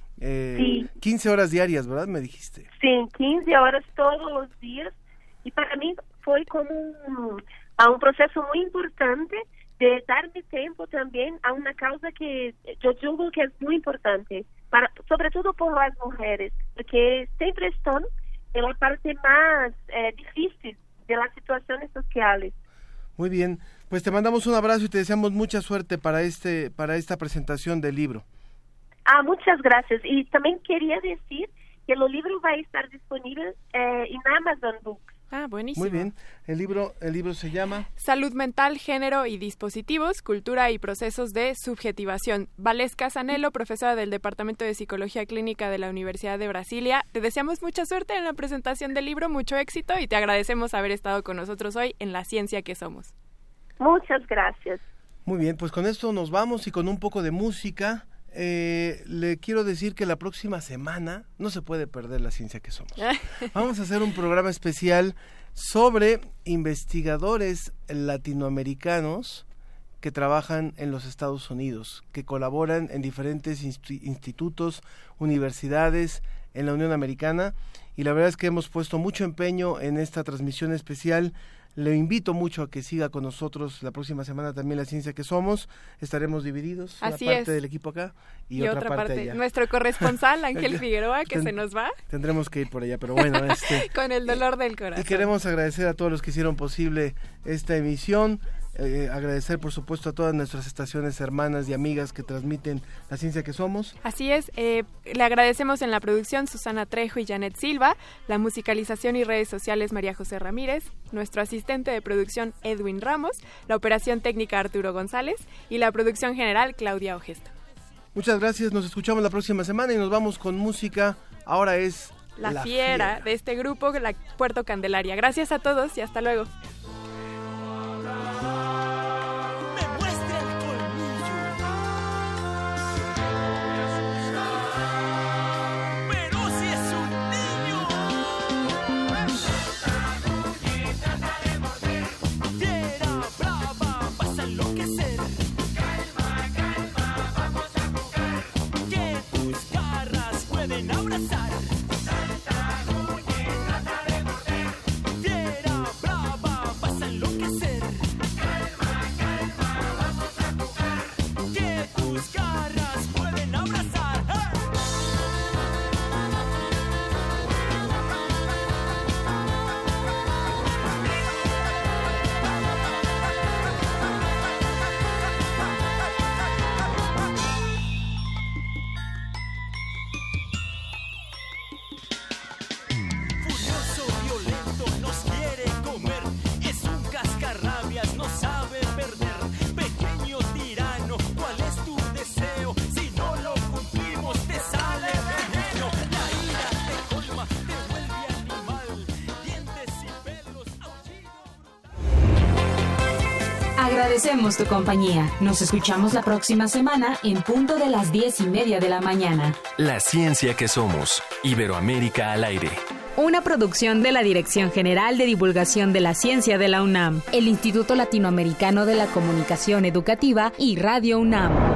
15 horas diarias, ¿verdad? Me dijiste. Sí, 15 horas todos los días. Y para mí fue como un proceso muy importante de darme tiempo también a una causa que yo digo que es muy importante, sobre todo por las mujeres, porque siempre están en la parte más difícil de las situaciones sociales. Muy bien, pues te mandamos un abrazo y te deseamos mucha suerte para esta presentación del libro. Muchas gracias. Y también quería decir que el libro va a estar disponible en Amazon Books. Buenísimo. Muy bien. El libro se llama Salud Mental, Género y Dispositivos, Cultura y Procesos de Subjetivación. Valesca Zanello, profesora del Departamento de Psicología Clínica de la Universidad de Brasilia. Te deseamos mucha suerte en la presentación del libro, mucho éxito y te agradecemos haber estado con nosotros hoy en La Ciencia que Somos. Muchas gracias. Muy bien, pues con esto nos vamos y con un poco de música. Le quiero decir que la próxima semana no se puede perder La Ciencia que Somos. Vamos a hacer un programa especial sobre investigadores latinoamericanos que trabajan en los Estados Unidos, que colaboran en diferentes institutos, universidades en la Unión Americana, y la verdad es que hemos puesto mucho empeño en esta transmisión especial. Le invito mucho a que siga con nosotros la próxima semana también La Ciencia que Somos. Estaremos divididos, Así una parte es. del equipo acá y otra parte allá. Nuestro corresponsal Ángel Figueroa, que se nos va. Tendremos que ir por allá, pero bueno. Con el dolor del corazón. Y queremos agradecer a todos los que hicieron posible esta emisión. Agradecer por supuesto a todas nuestras estaciones hermanas y amigas que transmiten La Ciencia que Somos. Así es, le agradecemos en la producción Susana Trejo y Janet Silva, la musicalización y redes sociales María José Ramírez, nuestro asistente de producción Edwin Ramos, la operación técnica Arturo González y la producción general Claudia Ogesto. Muchas gracias, nos escuchamos la próxima semana y nos vamos con música. Ahora es La Fiera de este grupo, la Puerto Candelaria. Gracias a todos y hasta luego. Agradecemos tu compañía. Nos escuchamos la próxima semana en punto de las 10:30 de la mañana. La Ciencia que Somos. Iberoamérica al aire. Una producción de la Dirección General de Divulgación de la Ciencia de la UNAM, el Instituto Latinoamericano de la Comunicación Educativa y Radio UNAM.